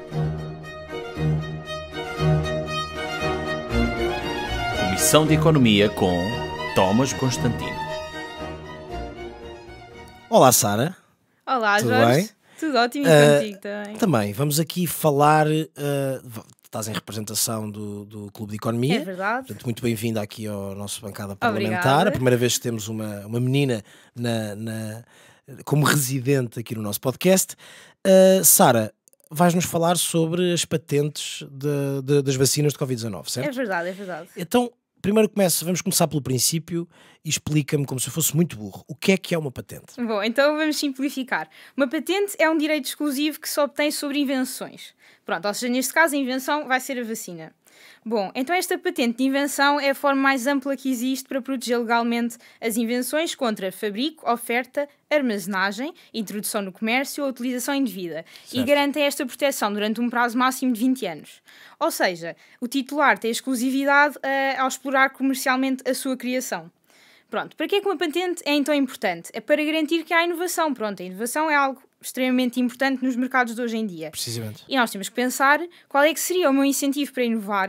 Comissão de Economia com Thomas Constantino. Olá, Sara. Olá, Tudo Jorge. bem? Tudo ótimo e Uh, contigo também. Também, vamos aqui falar. Uh, v- estás em representação do, do Clube de Economia. É verdade. Portanto, muito bem-vinda aqui ao nosso bancada parlamentar. Obrigada. A primeira vez que temos uma, uma menina na, na- como residente aqui no nosso podcast. Uh, Sara, vais-nos falar sobre as patentes de- de- das vacinas de covid dezanove, certo? É verdade, é verdade. Então, primeiro começa, vamos começar pelo princípio e explica-me, como se eu fosse muito burro, o que é que é uma patente? Bom, então vamos simplificar. Uma patente é um direito exclusivo que se obtém sobre invenções. Pronto, ou seja, neste caso a invenção vai ser a vacina. Bom, então esta patente de invenção é a forma mais ampla que existe para proteger legalmente as invenções contra fabrico, oferta, armazenagem, introdução no comércio ou utilização indevida. E Certo. garante esta proteção durante um prazo máximo de vinte anos. Ou seja, o titular tem exclusividade uh, ao explorar comercialmente a sua criação. Pronto, para que é que uma patente é então importante? É para garantir que há inovação. Pronto, a inovação é algo extremamente importante nos mercados de hoje em dia. Precisamente. E nós temos que pensar qual é que seria o meu incentivo para inovar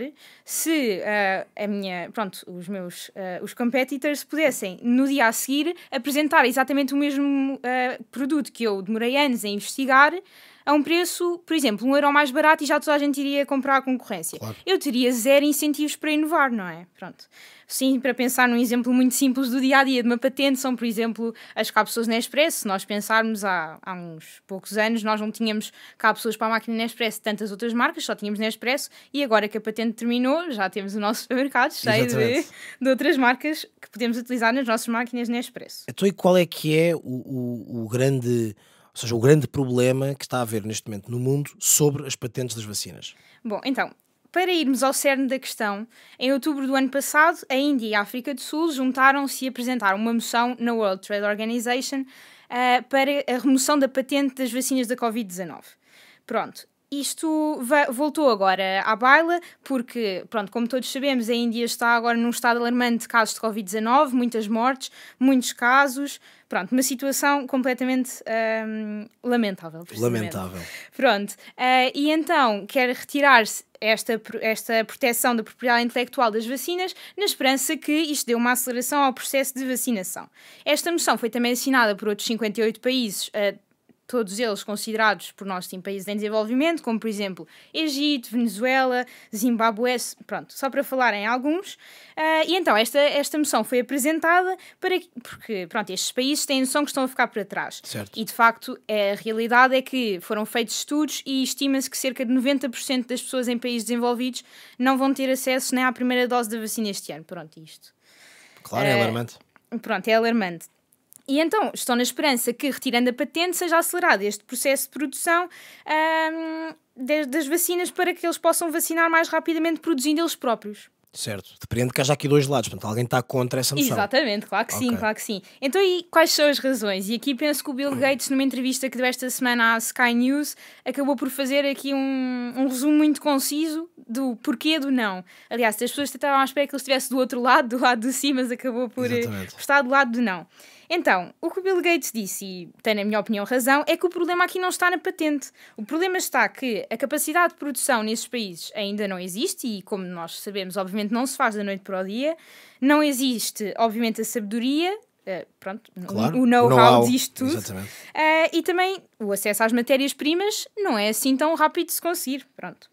se uh, a minha, pronto, os meus uh, os competitors pudessem, no dia a seguir, apresentar exatamente o mesmo uh, produto que eu demorei anos a investigar a um preço, por exemplo, um euro mais barato e já toda a gente iria comprar a concorrência. Claro. Eu teria zero incentivos para inovar, não é? Pronto. Sim, para pensar num exemplo muito simples do dia-a-dia de uma patente, são, por exemplo, as cápsulas Nespresso. Se nós pensarmos há, há uns poucos anos, nós não tínhamos cápsulas para a máquina Nespresso de tantas outras marcas, só tínhamos Nespresso, e agora que a patente terminou, já temos o nosso supermercado cheio de, Exatamente. de outras marcas que podemos utilizar nas nossas máquinas Nespresso. Então, e qual é que é o, o, o grande, ou seja, o grande problema que está a haver neste momento no mundo sobre as patentes das vacinas? Bom, então, para irmos ao cerne da questão, em outubro do ano passado, a Índia e a África do Sul juntaram-se e apresentaram uma moção na World Trade Organization uh, para a remoção da patente das vacinas da covid dezanove. Pronto. Isto va- voltou agora à baila porque, pronto, como todos sabemos, a Índia está agora num estado alarmante de casos de covid dezanove, muitas mortes, muitos casos, pronto, uma situação completamente hum, lamentável. precisamente. Lamentável. Pronto, uh, e então quer retirar-se esta, esta proteção da propriedade intelectual das vacinas na esperança que isto dê uma aceleração ao processo de vacinação. Esta moção foi também assinada por outros cinquenta e oito países, uh, todos eles considerados por nós sim países em desenvolvimento, como por exemplo Egito, Venezuela, Zimbábue, pronto, só para falar em alguns. Uh, e então esta, esta moção foi apresentada para, porque pronto, estes países têm noção que estão a ficar para trás. Certo. E de facto a realidade é que foram feitos estudos e estima-se que cerca de noventa por cento das pessoas em países desenvolvidos não vão ter acesso nem à primeira dose da vacina este ano. Pronto, isto. Claro, é Uh, alarmante. Pronto, é alarmante. E então estão na esperança que, retirando a patente, seja acelerado este processo de produção hum, de- das vacinas para que eles possam vacinar mais rapidamente produzindo eles próprios. Certo. Depende que haja aqui dois lados. Portanto, alguém está contra essa moção. Exatamente, claro que sim, Ok. claro que sim. Então, e quais são as razões? E aqui penso que o Bill Gates, numa entrevista que deu esta semana à Sky News, acabou por fazer aqui um, um resumo muito conciso do porquê do não. Aliás, as pessoas estavam à espera que ele estivesse do outro lado, do lado de sim, mas acabou por, eh, Exatamente. por estar do lado do não. Então, o que o Bill Gates disse, e tem na minha opinião razão, é que o problema aqui não está na patente. O problema está que a capacidade de produção nesses países ainda não existe e, como nós sabemos, obviamente não se faz da noite para o dia. Não existe, obviamente, a sabedoria, uh, pronto, Claro. o know-how know-how, disto tudo. exatamente. Uh, e também o acesso às matérias-primas não é assim tão rápido de se conseguir. Pronto.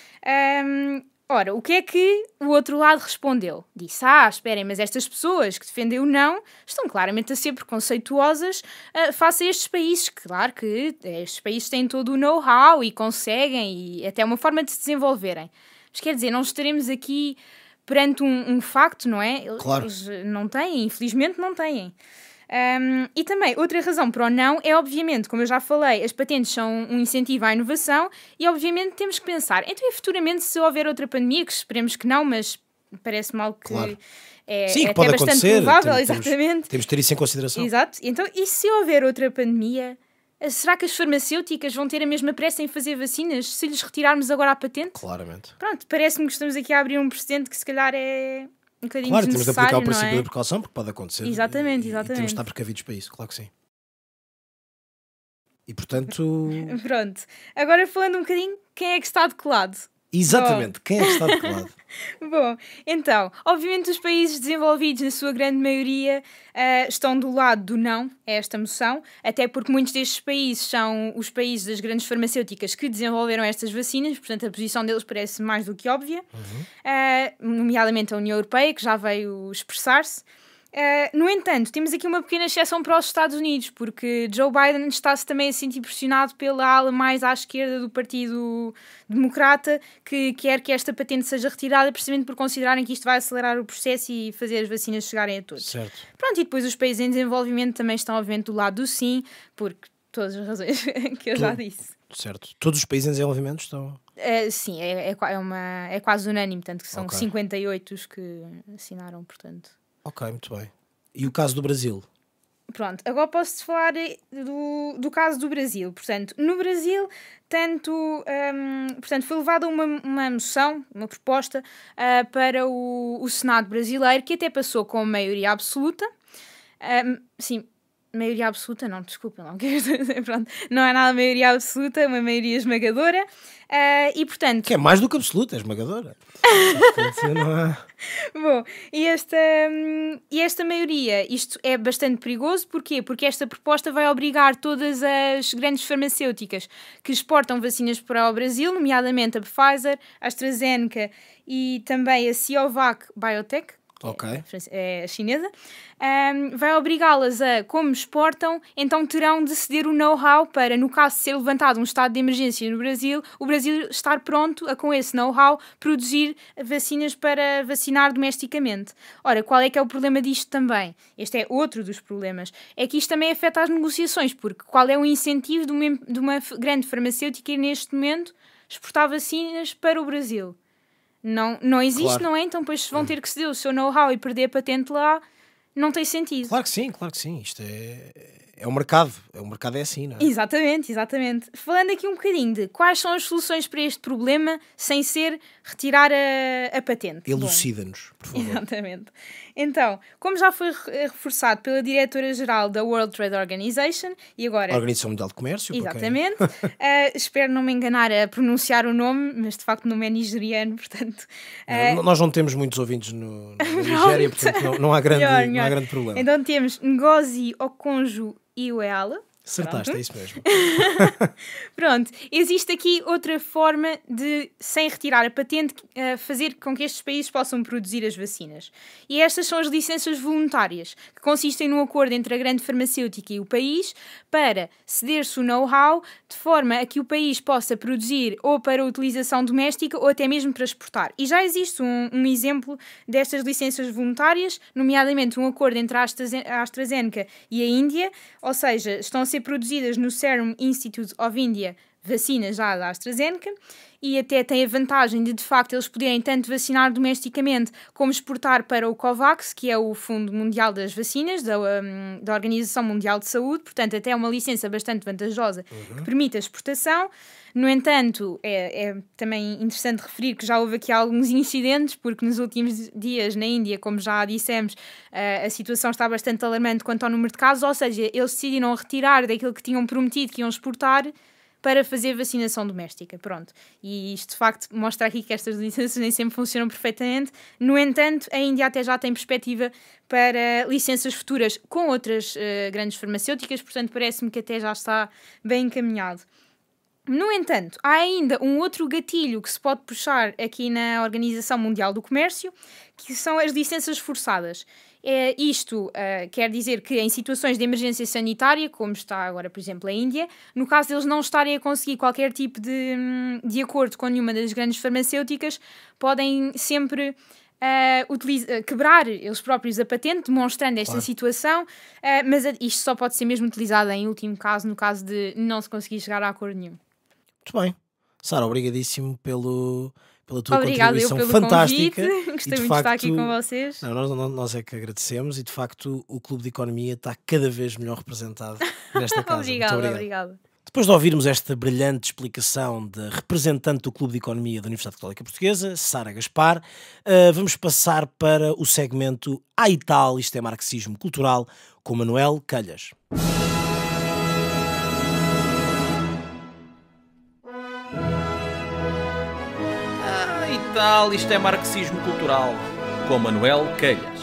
Um, Ora, o que é que o outro lado respondeu? Disse, ah, esperem, mas estas pessoas que defendem o não estão claramente a ser preconceituosas uh, face a estes países. Claro que estes países têm todo o know-how e conseguem, e até uma forma de se desenvolverem. Mas quer dizer, não estaremos aqui perante um, um facto, não é? Claro. Eles não têm, infelizmente não têm. Um, e também, outra razão para o não é, obviamente, como eu já falei, as patentes são um incentivo à inovação e, obviamente, temos que pensar, então, e futuramente, se houver outra pandemia, que esperemos que não, mas parece mal que Claro. é, Sim, é que pode até bastante acontecer. provável, Temos- temos- exatamente. Temos de ter isso em consideração. Exato. Então, e se houver outra pandemia, será que as farmacêuticas vão ter a mesma pressa em fazer vacinas se lhes retirarmos agora a patente? Claramente. Pronto, parece-me que estamos aqui a abrir um precedente que se calhar é um bocadinho Claro, temos de aplicar desnecessário, o princípio não é? da precaução, porque pode acontecer. Exatamente, e, exatamente. E temos de estar precavidos para isso, claro que sim. E portanto. Pronto. Agora falando um bocadinho, quem é que está de que lado? Exatamente. Quem é que está de que lado? Bom, então, obviamente os países desenvolvidos, na sua grande maioria, uh, estão do lado do não a esta moção, até porque muitos destes países são os países das grandes farmacêuticas que desenvolveram estas vacinas, portanto a posição deles parece mais do que óbvia, Uhum. uh, nomeadamente a União Europeia, que já veio expressar-se. Uh, no entanto, temos aqui uma pequena exceção para os Estados Unidos, porque Joe Biden está-se também a sentir pressionado pela ala mais à esquerda do Partido Democrata, que quer que esta patente seja retirada, precisamente por considerarem que isto vai acelerar o processo e fazer as vacinas chegarem a todos. Certo. Pronto, e depois os países em desenvolvimento também estão, obviamente, do lado do sim, porque todas as razões que eu já disse. Certo. Todos os países em desenvolvimento estão... Uh, sim, é, é, é, uma, é quase unânime, tanto que são Ok. cinquenta e oito os que assinaram, portanto... Ok, muito bem. E o caso do Brasil? Pronto, agora posso-te falar do, do caso do Brasil. Portanto, no Brasil, tanto, um, portanto, foi levada uma, uma moção, uma proposta uh, para o, o Senado brasileiro, que até passou com maioria absoluta. Um, sim, maioria absoluta, não, desculpa, não, pronto, não é nada maioria absoluta, é uma maioria esmagadora. Uh, e, portanto... Que é mais do que absoluta, é esmagadora. Portanto, não há... Bom, e esta, hum, e esta maioria, isto é bastante perigoso, porquê? Porque esta proposta vai obrigar todas as grandes farmacêuticas que exportam vacinas para o Brasil, nomeadamente a Pfizer, a AstraZeneca e também a Sinovac Biotech, que Ok. é a chinesa, um, vai obrigá-las a, como exportam, então terão de ceder o know-how para, no caso de ser levantado um estado de emergência no Brasil, o Brasil estar pronto a, com esse know-how, produzir vacinas para vacinar domesticamente. Ora, qual é que é o problema disto também? Este é outro dos problemas. É que isto também afeta as negociações, porque qual é o incentivo de uma, de uma grande farmacêutica ir neste momento exportar vacinas para o Brasil? Não, não existe, Claro. não é? Então depois vão ter que ceder o seu know-how e perder a patente lá, não tem sentido. Claro que sim, claro que sim. Isto é, é o mercado. É, o mercado é assim, não é? Exatamente, exatamente. Falando aqui um bocadinho de quais são as soluções para este problema sem ser retirar a, a patente. Elucida-nos, por Bom, favor. exatamente. Então, como já foi reforçado pela diretora-geral da World Trade Organization, e agora... Organização Mundial de Comércio. para quem- Exatamente. uh, espero não me enganar a pronunciar o nome, mas de facto o nome é nigeriano, portanto... Não, nós não temos muitos ouvintes no, na Nigéria, portanto não, não, há grande, Melhor, não melhor. há grande problema. Então temos Ngozi Okonjo-Iweala. Acertaste, Pronto. é isso mesmo. Pronto, existe aqui outra forma de, sem retirar a patente, uh, fazer com que estes países possam produzir as vacinas. E estas são as licenças voluntárias, que consistem num acordo entre a grande farmacêutica e o país para ceder-se o know-how de forma a que o país possa produzir ou para utilização doméstica ou até mesmo para exportar. E já existe um, um exemplo destas licenças voluntárias, nomeadamente um acordo entre a AstraZe- a AstraZeneca e a Índia, ou seja, estão a ser produzidas no Serum Institute of India vacinas já da AstraZeneca e até tem a vantagem de, de facto, eles poderem tanto vacinar domesticamente como exportar para o COVAX, que é o Fundo Mundial das Vacinas, da, um, da Organização Mundial de Saúde, portanto até é uma licença bastante vantajosa Uhum. que permite a exportação. No entanto, é, é também interessante referir que já houve aqui alguns incidentes, porque nos últimos dias na Índia, como já dissemos, a situação está bastante alarmante quanto ao número de casos, ou seja, eles decidiram retirar daquilo que tinham prometido que iam exportar para fazer vacinação doméstica, pronto. E isto, de facto, mostra aqui que estas licenças nem sempre funcionam perfeitamente. No entanto, a Índia até já tem perspectiva para licenças futuras com outras uh, grandes farmacêuticas, portanto, parece-me que até já está bem encaminhado. No entanto, há ainda um outro gatilho que se pode puxar aqui na Organização Mundial do Comércio, que são as licenças forçadas. É, isto uh, quer dizer que em situações de emergência sanitária, como está agora, por exemplo, a Índia, no caso deles não estarem a conseguir qualquer tipo de, de acordo com nenhuma das grandes farmacêuticas, podem sempre uh, utiliza- quebrar eles próprios a patente, demonstrando esta Claro. situação, uh, mas isto só pode ser mesmo utilizado em último caso, no caso de não se conseguir chegar a acordo nenhum. Muito bem. Sara, obrigadíssimo pelo, pela tua Obrigada eu contribuição pelo fantástica. convite, E, gostei de muito de estar facto, aqui com vocês. Não, nós, nós- nós é que agradecemos e de facto o Clube de Economia está cada vez melhor representado nesta casa. Obrigada, Muito obrigado. obrigada. Depois de ouvirmos esta brilhante explicação da representante do Clube de Economia da Universidade Católica Portuguesa, Sara Gaspar, uh, vamos passar para o segmento Ah e Tal, isto é Marxismo Cultural, com Manuel Calhas. tal? Isto é Marxismo Cultural, com Manuel Calhas.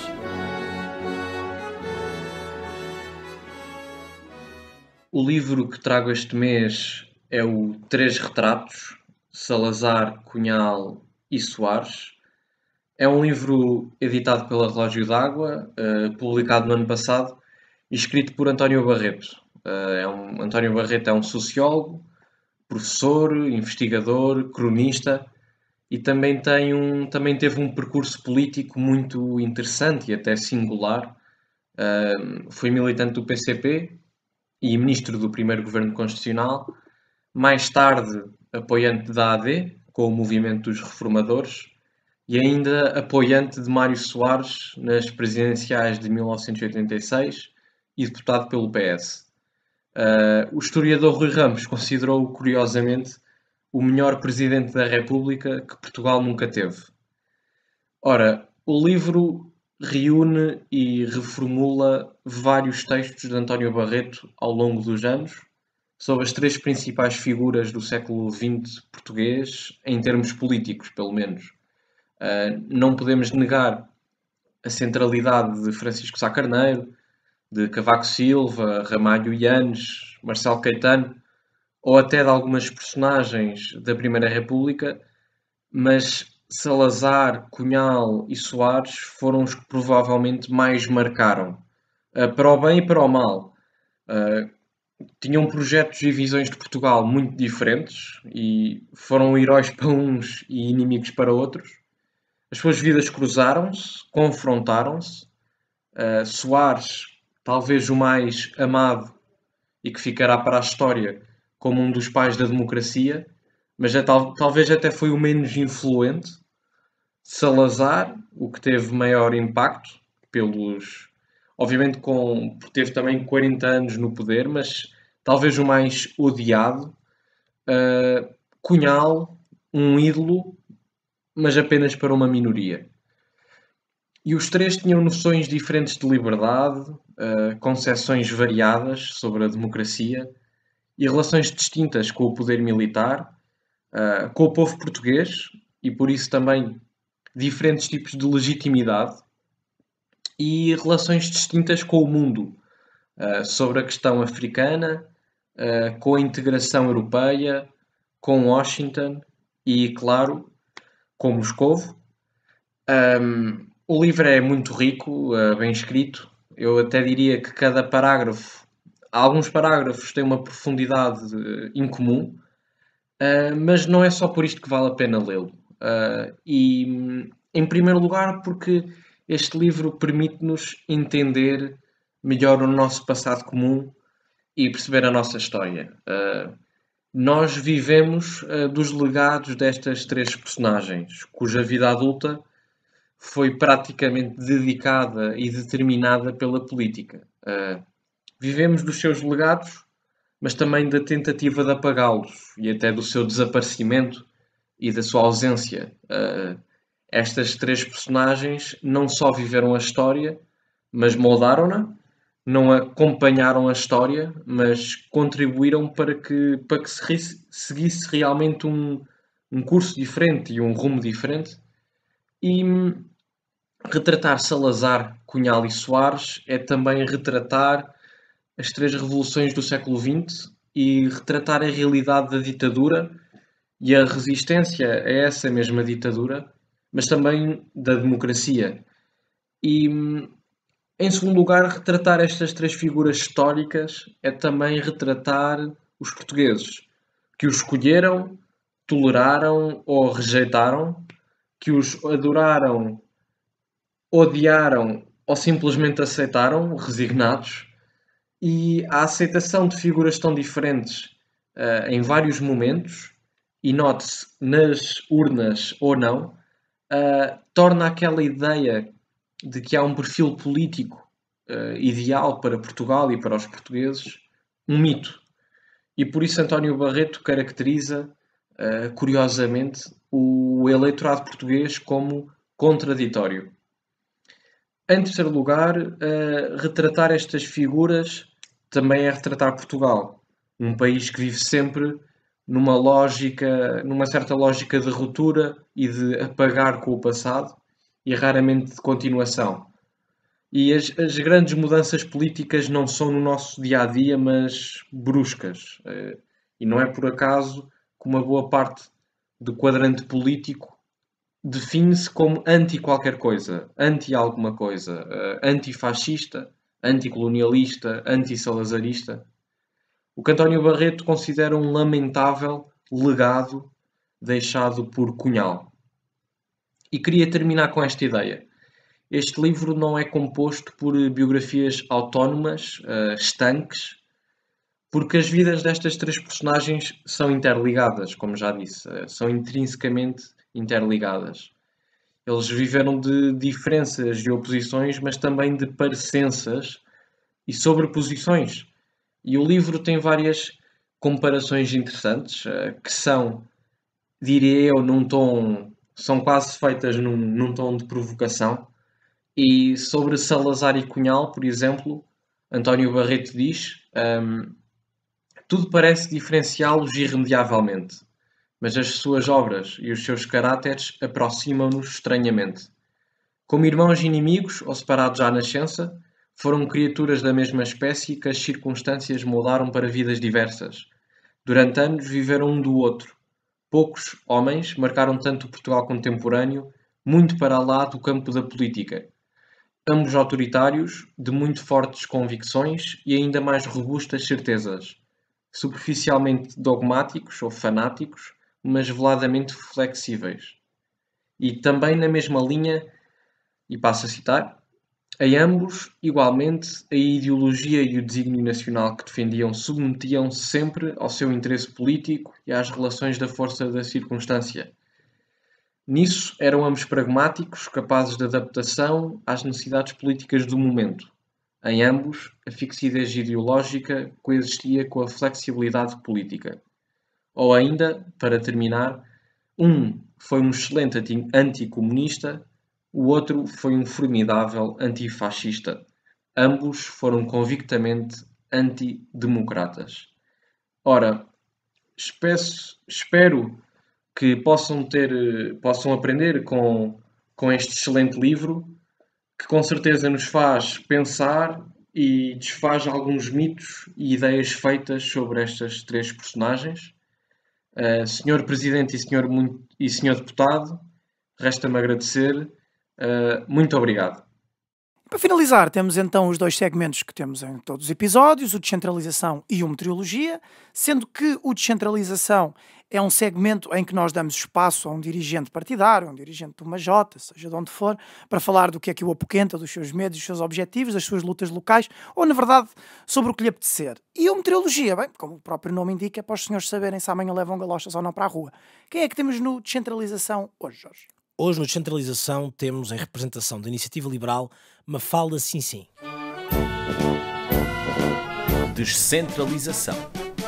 O livro que trago este mês é o Três Retratos, Salazar, Cunhal e Soares. É um livro editado pela Relógio d'Água, uh, publicado no ano passado, e escrito por António Barreto. Uh, é um, António Barreto é um sociólogo, professor, investigador, cronista, e também, tem um, também teve um percurso político muito interessante e até singular. Uh, foi militante do P C P e ministro do primeiro governo constitucional, mais tarde apoiante da A D, com o movimento dos reformadores, e ainda apoiante de Mário Soares nas presidenciais de mil novecentos e oitenta e seis e deputado pelo P S. Uh, o historiador Rui Ramos considerou-o, curiosamente, o melhor presidente da República que Portugal nunca teve. Ora, o livro reúne e reformula vários textos de António Barreto ao longo dos anos, sobre as três principais figuras do século vinte português, em termos políticos, pelo menos. Uh, não podemos negar a centralidade de Francisco Sá Carneiro, de Cavaco Silva, Ramalho Yanes, Marcelo Caetano, ou até de algumas personagens da Primeira República, mas Salazar, Cunhal e Soares foram os que provavelmente mais marcaram, uh, para o bem e para o mal. Uh, tinham projetos e visões de Portugal muito diferentes e foram heróis para uns e inimigos para outros. As suas vidas cruzaram-se, confrontaram-se. Uh, Soares, talvez o mais amado e que ficará para a história como um dos pais da democracia, mas é, tal, talvez até foi o menos influente. Salazar, o que teve maior impacto, pelos, obviamente com, teve também quarenta anos no poder, mas talvez o mais odiado. Uh, Cunhal, um ídolo, mas apenas para uma minoria. E os três tinham noções diferentes de liberdade, uh, concepções variadas sobre a democracia e relações distintas com o poder militar, uh, com o povo português, e por isso também diferentes tipos de legitimidade, e relações distintas com o mundo, uh, sobre a questão africana, uh, com a integração europeia, com Washington e, claro, com Moscovo. Um, o livro é muito rico, uh, bem escrito. Eu até diria que cada parágrafo, alguns parágrafos têm uma profundidade uh, incomum, uh, mas não é só por isto que vale a pena lê-lo. Uh, e, em primeiro lugar, porque este livro permite-nos entender melhor o nosso passado comum e perceber a nossa história. Uh, nós vivemos uh, dos legados destas três personagens, cuja vida adulta foi praticamente dedicada e determinada pela política. Uh, vivemos dos seus legados, mas também da tentativa de apagá-los e até do seu desaparecimento e da sua ausência. Uh, estas três personagens não só viveram a história, mas moldaram-na, não acompanharam a história, mas contribuíram para que, para que se seguisse realmente um, um curso diferente e um rumo diferente. E retratar Salazar, Cunhal e Soares é também retratar as três revoluções do século vinte e retratar a realidade da ditadura e a resistência a essa mesma ditadura, mas também da democracia. E, em segundo lugar, retratar estas três figuras históricas é também retratar os portugueses, que os escolheram, toleraram ou rejeitaram, que os adoraram, odiaram ou simplesmente aceitaram, resignados. E a aceitação de figuras tão diferentes uh, em vários momentos, e note-se, nas urnas ou não, uh, torna aquela ideia de que há um perfil político uh, ideal para Portugal e para os portugueses um mito. E por isso António Barreto caracteriza, uh, curiosamente, o eleitorado português como contraditório. Em terceiro lugar, uh, retratar estas figuras também é retratar Portugal, um país que vive sempre numa lógica, numa certa lógica de ruptura e de apagar com o passado e raramente de continuação. E as, as grandes mudanças políticas não são no nosso dia-a-dia, mas bruscas. E não é por acaso que uma boa parte do quadrante político define-se como anti qualquer coisa, anti alguma coisa, antifascista, anticolonialista, anti-salazarista. O que António Barreto considera um lamentável legado deixado por Cunhal. E queria terminar com esta ideia. Este livro não é composto por biografias autónomas, uh, estanques, porque as vidas destas três personagens são interligadas, como já disse, uh, são intrinsecamente interligadas. Eles viveram de diferenças e oposições, mas também de parecenças e sobreposições. E o livro tem várias comparações interessantes, uh, que são, diria eu, num tom, são quase feitas num, num tom de provocação. E sobre Salazar e Cunhal, por exemplo, António Barreto diz: um, tudo parece diferenciá-los irremediavelmente, mas as suas obras e os seus caráteres aproximam-nos estranhamente. Como irmãos inimigos ou separados à nascença, foram criaturas da mesma espécie que as circunstâncias moldaram para vidas diversas. Durante anos viveram um do outro. Poucos homens marcaram tanto o Portugal contemporâneo, muito para lá do campo da política. Ambos autoritários, de muito fortes convicções e ainda mais robustas certezas. Superficialmente dogmáticos ou fanáticos, mas veladamente flexíveis. E também na mesma linha, e passo a citar, a ambos, igualmente, a ideologia e o desígnio nacional que defendiam submetiam-se sempre ao seu interesse político e às relações da força da circunstância. Nisso eram ambos pragmáticos, capazes de adaptação às necessidades políticas do momento. Em ambos, a fixidez ideológica coexistia com a flexibilidade política. Ou ainda, para terminar, um foi um excelente anticomunista, o outro foi um formidável antifascista. Ambos foram convictamente antidemocratas. Ora, espeço, espero que possam ter, possam aprender com, com este excelente livro, que com certeza nos faz pensar e desfaz alguns mitos e ideias feitas sobre estas três personagens. Uh, senhor Presidente e senhor, e senhor Deputado, resta-me agradecer. Uh, muito obrigado. Para finalizar, temos então os dois segmentos que temos em todos os episódios, o Descentralização e o Meteorologia, sendo que o Descentralização é um segmento em que nós damos espaço a um dirigente partidário, a um dirigente de uma Jota, seja de onde for, para falar do que é que o apoquenta, dos seus medos, dos seus objetivos, das suas lutas locais, ou, na verdade, sobre o que lhe apetecer. E o Meteorologia, bem, como o próprio nome indica, é para os senhores saberem se amanhã levam galochas ou não para a rua. Quem é que temos no Descentralização hoje, Jorge? Hoje, no Descentralização, temos em representação da Iniciativa Liberal Mafalda Sinsim. Descentralização.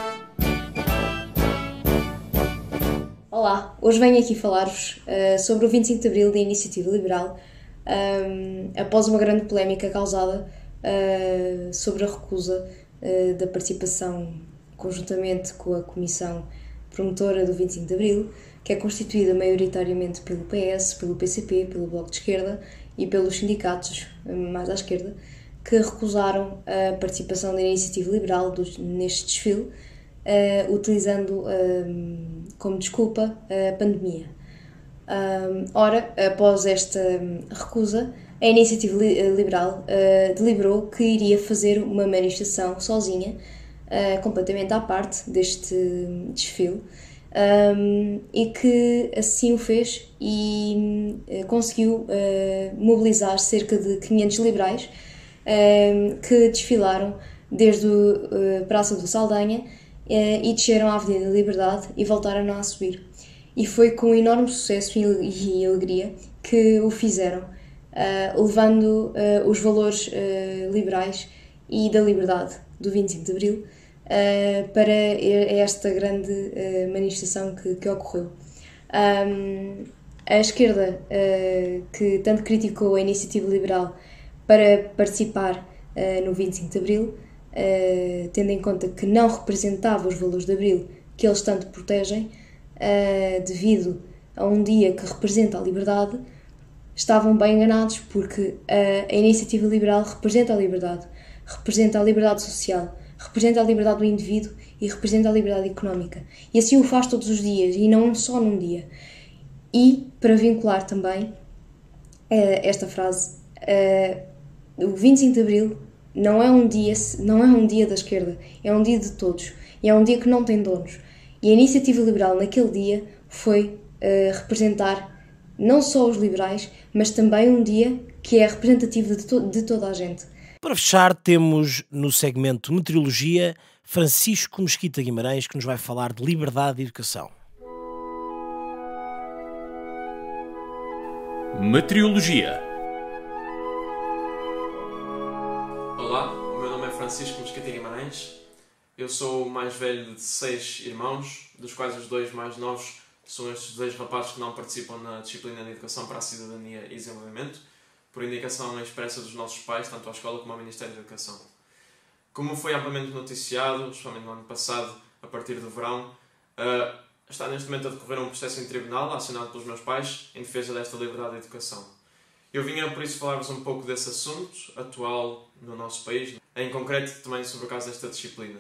Olá, hoje venho aqui falar-vos uh, sobre o vinte e cinco de Abril da Iniciativa Liberal, um, após uma grande polémica causada uh, sobre a recusa uh, da participação conjuntamente com a Comissão Promotora do vinte e cinco de Abril, que é constituída maioritariamente pelo P S, pelo P C P, pelo Bloco de Esquerda e pelos sindicatos mais à esquerda, que recusaram a participação da Iniciativa Liberal do, neste desfile, uh, utilizando uh, como desculpa a pandemia. Uh, ora, após esta recusa, a Iniciativa Liberal uh, deliberou que iria fazer uma manifestação sozinha, uh, completamente à parte deste desfile, Um, e que assim o fez e uh, conseguiu uh, mobilizar cerca de quinhentos liberais uh, que desfilaram desde a uh, Praça do Saldanha uh, e desceram à Avenida da Liberdade e voltaram a subir. E foi com enorme sucesso e, e alegria que o fizeram, uh, levando uh, os valores uh, liberais e da liberdade do vinte e cinco de Abril Uh, para esta grande uh, manifestação que, que ocorreu. Um, a esquerda, uh, que tanto criticou a Iniciativa Liberal para participar uh, no vinte e cinco de Abril, uh, tendo em conta que não representava os valores de Abril que eles tanto protegem, uh, devido a um dia que representa a liberdade, estavam bem enganados, porque uh, a iniciativa liberal representa a liberdade, representa a liberdade social, representa a liberdade do indivíduo e representa a liberdade económica. E assim o faz todos os dias, e não só num dia. E, para vincular também uh, esta frase, uh, o vinte e cinco de Abril não é, um dia, não é um dia da esquerda, é um dia de todos. E é um dia que não tem donos. E a iniciativa liberal naquele dia foi uh, representar não só os liberais, mas também um dia que é representativo de, to- de toda a gente. Para fechar, temos no segmento Meteorologia Francisco Mesquita Guimarães, que nos vai falar de liberdade e educação. Meteorologia. Olá, o meu nome é Francisco Mesquita Guimarães. Eu sou o mais velho de seis irmãos, dos quais os dois mais novos são estes dois rapazes que não participam na disciplina de Educação para a Cidadania e Desenvolvimento, por indicação expressa dos nossos pais, tanto à escola como ao Ministério da Educação. Como foi amplamente noticiado, especialmente no ano passado, a partir do verão, uh, está neste momento a decorrer um processo em tribunal, acionado pelos meus pais, em defesa desta liberdade de educação. Eu vinha, por isso, falar-vos um pouco desse assunto atual no nosso país, em concreto também sobre o caso desta disciplina.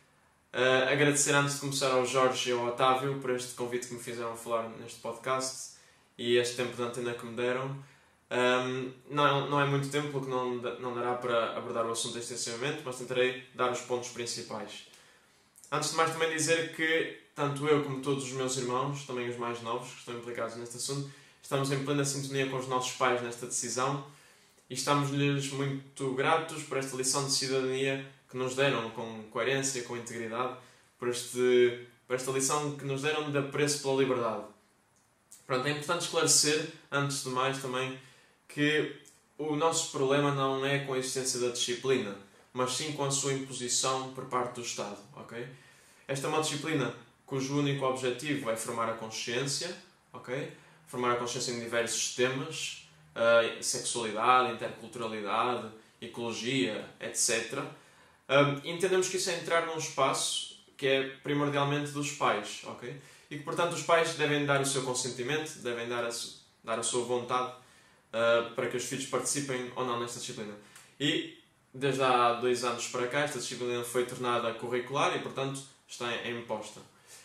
Uh, agradecer antes de começar ao Jorge e ao Otávio por este convite que me fizeram a falar neste podcast e este tempo de antena que me deram. Um, não, não é muito tempo, pelo que não, não dará para abordar o assunto extensivamente, mas tentarei dar os pontos principais. Antes de mais, também dizer que tanto eu como todos os meus irmãos, também os mais novos que estão implicados neste assunto, estamos em plena sintonia com os nossos pais nesta decisão e estamos-lhes muito gratos por esta lição de cidadania que nos deram com coerência, com integridade, por, este, por esta lição que nos deram de apreço pela liberdade. Pronto, é importante esclarecer, antes de mais também, que o nosso problema não é com a existência da disciplina, mas sim com a sua imposição por parte do Estado. Okay? Esta é uma disciplina cujo único objetivo é formar a consciência, okay? Formar a consciência em diversos temas, uh, sexualidade, interculturalidade, ecologia, etcétera. Uh, entendemos que isso é entrar num espaço que é primordialmente dos pais, okay? E que, portanto, os pais devem dar o seu consentimento, devem dar a, su- dar a sua vontade uh, para que os filhos participem ou não nesta disciplina. E, desde há dois anos para cá, esta disciplina foi tornada curricular e, portanto, está imposta.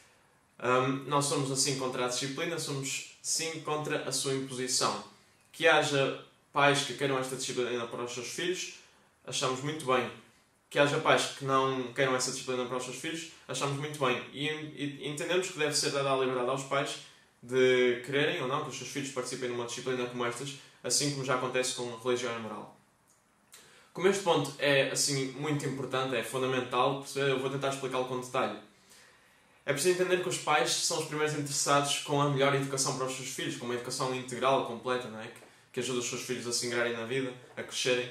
Um, não somos assim contra a disciplina, somos sim contra a sua imposição. Que haja pais que queiram esta disciplina para os seus filhos, achamos muito bem. Que haja pais que não queiram essa disciplina para os seus filhos, achamos muito bem. E, e entendemos que deve ser dada a liberdade aos pais de quererem ou não que os seus filhos participem numa disciplina como estas, assim como já acontece com religião e moral. Como este ponto é assim muito importante, é fundamental, eu vou tentar explicá-lo com detalhe. É preciso entender que os pais são os primeiros interessados com a melhor educação para os seus filhos, com uma educação integral, completa, não é? que, que ajuda os seus filhos a se ingrarem na vida, a crescerem.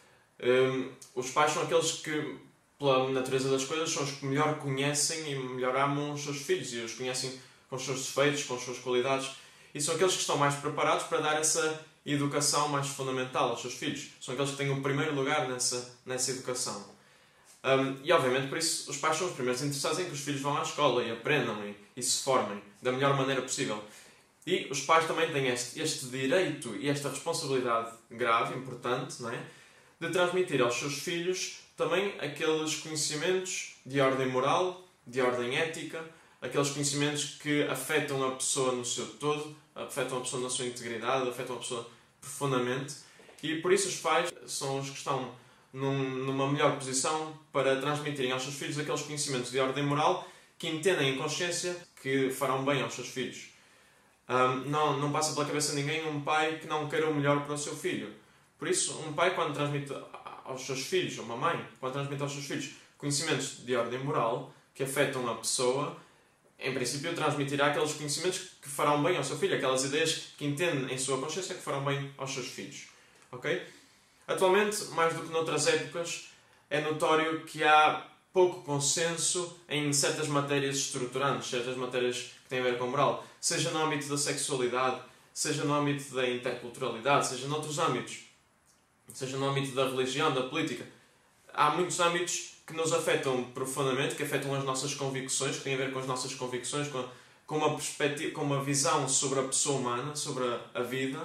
Um, os pais são aqueles que, pela natureza das coisas, são os que melhor conhecem e melhor amam os seus filhos e os conhecem com os seus defeitos, com as suas qualidades, e são aqueles que estão mais preparados para dar essa educação mais fundamental aos seus filhos. São aqueles que têm o primeiro lugar nessa, nessa educação. Um, e, obviamente, por isso, os pais são os primeiros interessados em que os filhos vão à escola e aprendam e, e se formem da melhor maneira possível. E os pais também têm este, este direito e esta responsabilidade grave, importante, não é? De transmitir aos seus filhos também aqueles conhecimentos de ordem moral, de ordem ética, aqueles conhecimentos que afetam a pessoa no seu todo, afetam a pessoa na sua integridade, afetam a pessoa profundamente. E por isso os pais são os que estão num, numa melhor posição para transmitirem aos seus filhos aqueles conhecimentos de ordem moral que entendem em consciência que farão bem aos seus filhos. Um, não, não passa pela cabeça de ninguém um pai que não queira o melhor para o seu filho. Por isso, um pai, quando transmite aos seus filhos, ou uma mãe, quando transmite aos seus filhos conhecimentos de ordem moral que afetam a pessoa, em princípio transmitirá aqueles conhecimentos que farão bem ao seu filho, aquelas ideias que entende em sua consciência que farão bem aos seus filhos. Okay? Atualmente, mais do que noutras épocas, é notório que há pouco consenso em certas matérias estruturantes, certas matérias que têm a ver com moral, seja no âmbito da sexualidade, seja no âmbito da interculturalidade, seja noutros âmbitos, seja no âmbito da religião, da política. Há muitos âmbitos que nos afetam profundamente, que afetam as nossas convicções, que têm a ver com as nossas convicções, com, com, uma, perspectiva, com uma visão sobre a pessoa humana, sobre a, a vida.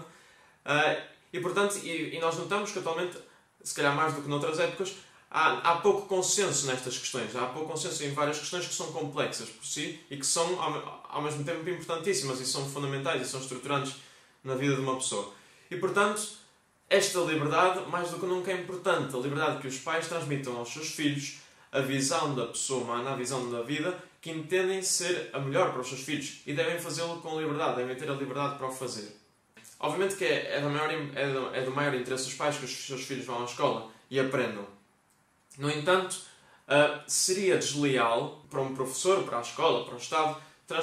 Uh, e, portanto, e, e nós notamos que atualmente, se calhar mais do que noutras épocas, há, há pouco consenso nestas questões. Há pouco consenso em várias questões que são complexas por si e que são, ao, ao mesmo tempo, importantíssimas e são fundamentais e são estruturantes na vida de uma pessoa. E, portanto, esta liberdade, mais do que nunca, é importante. A liberdade que os pais transmitam aos seus filhos, a visão da pessoa humana, a visão da vida, que entendem ser a melhor para os seus filhos. E devem fazê-lo com liberdade, devem ter a liberdade para o fazer. Obviamente que é, é, do maior, é, do, é do maior interesse dos pais que os seus filhos vão à escola e aprendam. No entanto, uh, seria desleal para um professor, para a escola, para o Estado,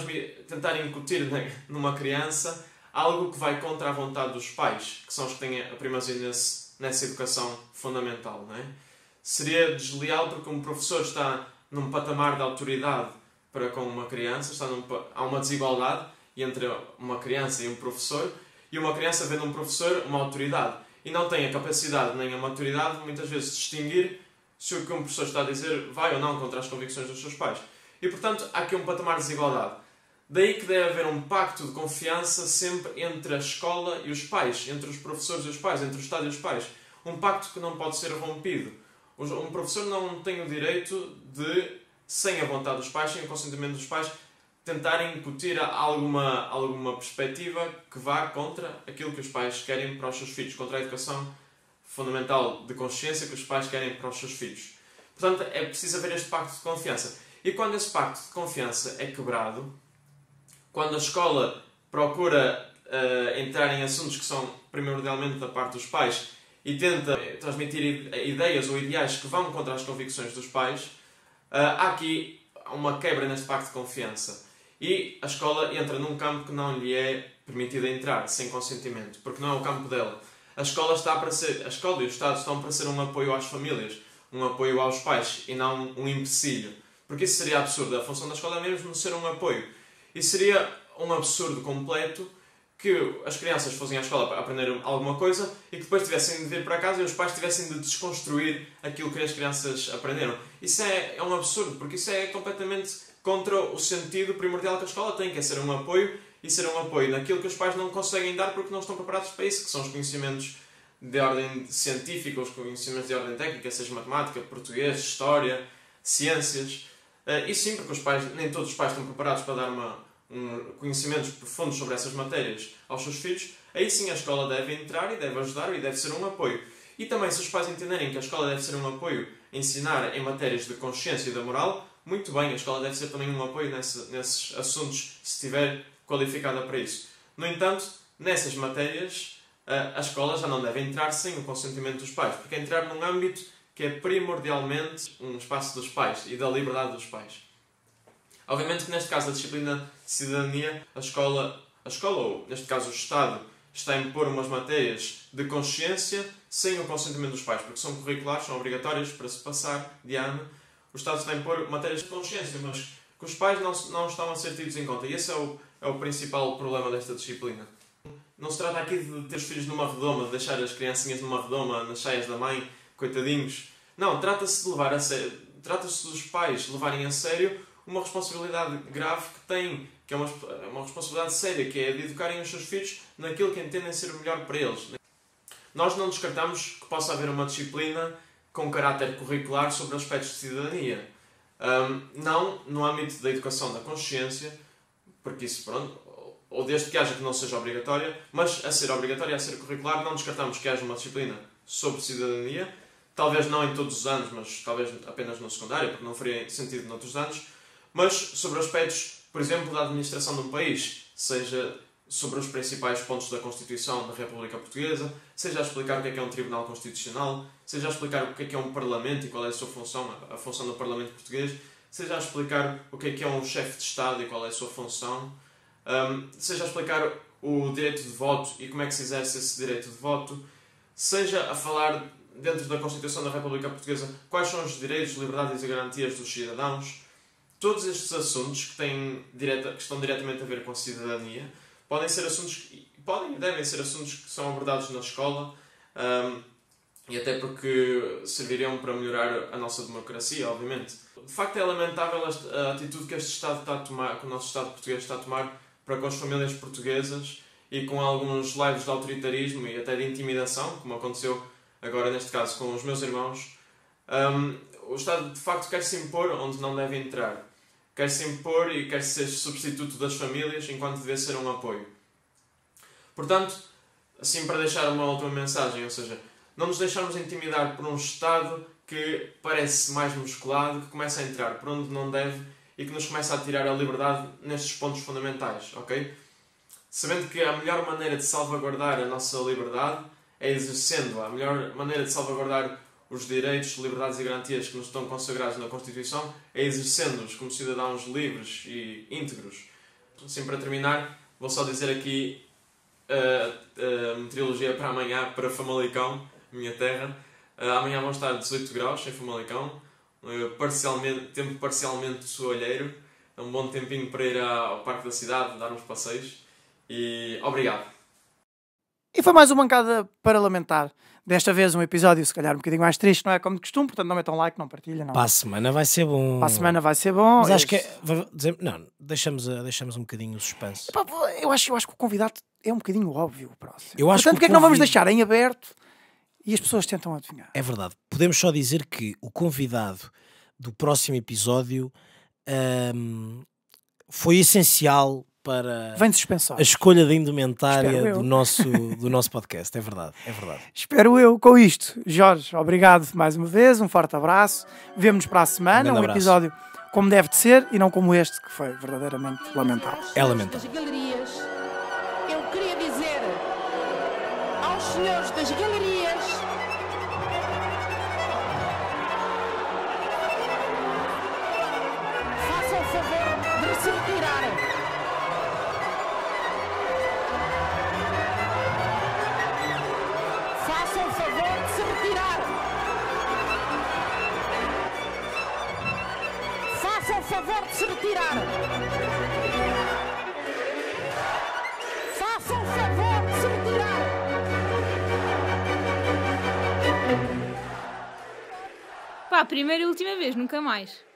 tentar incutir numa criança algo que vai contra a vontade dos pais, que são os que têm a primazia nesse, nessa educação fundamental. Não é? Seria desleal porque um professor está num patamar de autoridade para com uma criança, está num, há uma desigualdade entre uma criança e um professor, e uma criança vê num professor uma autoridade e não tem a capacidade nem a maturidade, muitas vezes, de distinguir se o que um professor está a dizer vai ou não contra as convicções dos seus pais. E, portanto, há aqui um patamar de desigualdade. Daí que deve haver um pacto de confiança sempre entre a escola e os pais, entre os professores e os pais, entre o Estado e os pais. Um pacto que não pode ser rompido. Um professor não tem o direito de, sem a vontade dos pais, sem o consentimento dos pais, tentar incutir alguma, alguma perspectiva que vá contra aquilo que os pais querem para os seus filhos, contra a educação fundamental de consciência que os pais querem para os seus filhos. Portanto, é preciso haver este pacto de confiança. E quando esse pacto de confiança é quebrado, quando a escola procura uh, entrar em assuntos que são primordialmente da parte dos pais e tenta transmitir ideias ou ideais que vão contra as convicções dos pais, uh, há aqui uma quebra neste pacto de confiança. E a escola entra num campo que não lhe é permitido entrar, sem consentimento, porque não é o campo dela. A escola, está para ser, a escola e o Estado estão para ser um apoio às famílias, um apoio aos pais e não um empecilho. Porque isso seria absurdo. A função da escola é mesmo ser um apoio. E seria um absurdo completo que as crianças fossem à escola para aprender alguma coisa e que depois tivessem de vir para casa e os pais tivessem de desconstruir aquilo que as crianças aprenderam. Isso é, é um absurdo, porque isso é completamente contra o sentido primordial que a escola tem, que é ser um apoio e ser um apoio naquilo que os pais não conseguem dar porque não estão preparados para isso, que são os conhecimentos de ordem científica, os conhecimentos de ordem técnica, seja matemática, português, história, ciências. E sim, porque os pais, nem todos os pais estão preparados para dar uma, um, conhecimentos profundos sobre essas matérias aos seus filhos. Aí sim a escola deve entrar e deve ajudar e deve ser um apoio. E também, se os pais entenderem que a escola deve ser um apoio, ensinar em matérias de consciência e da moral, muito bem, a escola deve ser também um apoio nesse, nesses assuntos, se estiver qualificada para isso. No entanto, nessas matérias, a escola já não deve entrar sem o consentimento dos pais, porque é entrar num âmbito que é primordialmente um espaço dos pais e da liberdade dos pais. Obviamente que neste caso a disciplina de cidadania, a escola, a escola ou neste caso o Estado, está a impor umas matérias de consciência sem o consentimento dos pais, porque são curriculares, são obrigatórias para se passar de ano. O Estado está a impor matérias de consciência, mas que os pais não, não estão a ser tidos em conta. E esse é o, é o principal problema desta disciplina. Não se trata aqui de ter os filhos numa redoma, de deixar as criancinhas numa redoma, nas saias da mãe, coitadinhos. Não, trata-se de levar a sério, trata-se dos pais levarem a sério uma responsabilidade grave que têm, que é uma, uma responsabilidade séria, que é de educarem os seus filhos naquilo que entendem ser o melhor para eles. Nós não descartamos que possa haver uma disciplina com caráter curricular sobre aspectos de cidadania. Um, não no âmbito da educação da consciência, porque isso, pronto, ou desde que haja que não seja obrigatória, mas a ser obrigatória, a ser curricular, não descartamos que haja uma disciplina sobre cidadania, talvez não em todos os anos, mas talvez apenas no secundário, porque não faria sentido noutros anos, mas sobre aspectos, por exemplo, da administração de um país, seja sobre os principais pontos da Constituição da República Portuguesa, seja a explicar o que é que é um Tribunal Constitucional, seja a explicar o que é que é um Parlamento e qual é a sua função, a função do Parlamento Português, seja a explicar o que é que é um chefe de Estado e qual é a sua função, um, seja a explicar o direito de voto e como é que se exerce esse direito de voto, seja a falar dentro da Constituição da República Portuguesa quais são os direitos, liberdades e garantias dos cidadãos. Todos estes assuntos que, têm direta, que estão diretamente a ver com a cidadania podem ser assuntos, podem e devem ser assuntos que são abordados na escola um, e até porque serviriam para melhorar a nossa democracia, obviamente. De facto, é lamentável a atitude que este Estado está a tomar, que o nosso Estado português está a tomar para com as famílias portuguesas e com alguns laivos de autoritarismo e até de intimidação, como aconteceu agora neste caso com os meus irmãos. Um, o Estado de facto quer se impor onde não deve entrar. Quer se impor e quer ser substituto das famílias enquanto deve ser um apoio. Portanto, assim para deixar uma última mensagem, ou seja, não nos deixarmos intimidar por um Estado que parece mais musculado, que começa a entrar por onde não deve e que nos começa a tirar a liberdade nestes pontos fundamentais, ok? Sabendo que a melhor maneira de salvaguardar a nossa liberdade é exercendo-a. A melhor maneira de salvaguardar os direitos, liberdades e garantias que nos estão consagrados na Constituição é exercendo-os como cidadãos livres e íntegros. Assim, para terminar, vou só dizer aqui a, a meteorologia para amanhã, para Famalicão, minha terra. Uh, amanhã vão estar dezoito graus em Famalicão, uh, parcialmente, tempo parcialmente soalheiro, é um bom tempinho para ir ao Parque da Cidade, dar uns passeios, e obrigado. E foi mais uma bancada parlamentar. Desta vez um episódio se calhar um bocadinho mais triste, não é como de costume, portanto não metam like, não partilhem. Não. Para a semana vai ser bom. Para a semana vai ser bom. Mas acho que é, dizer, não, deixamos, deixamos um bocadinho o suspense. Epá, eu, acho, eu acho que o convidado é um bocadinho óbvio o próximo. Eu acho portanto, que porque é que não vamos deixar em aberto e as pessoas tentam adivinhar? É verdade. Podemos só dizer que o convidado do próximo episódio um, foi essencial para Vem de suspensão. A escolha da indumentária do nosso, do nosso podcast. É verdade, é verdade. Espero eu com isto. Jorge, obrigado mais uma vez, um forte abraço. Vemo-nos para a semana, um, um episódio como deve de ser e não como este, que foi verdadeiramente lamentável. É lamentável. Das galerias, eu queria dizer aos senhores das galerias façam o favor de se retirarem. Façam o favor de se retirar. Façam o favor de se retirar. Façam o favor de se retirar. Pá, primeira e última vez, nunca mais.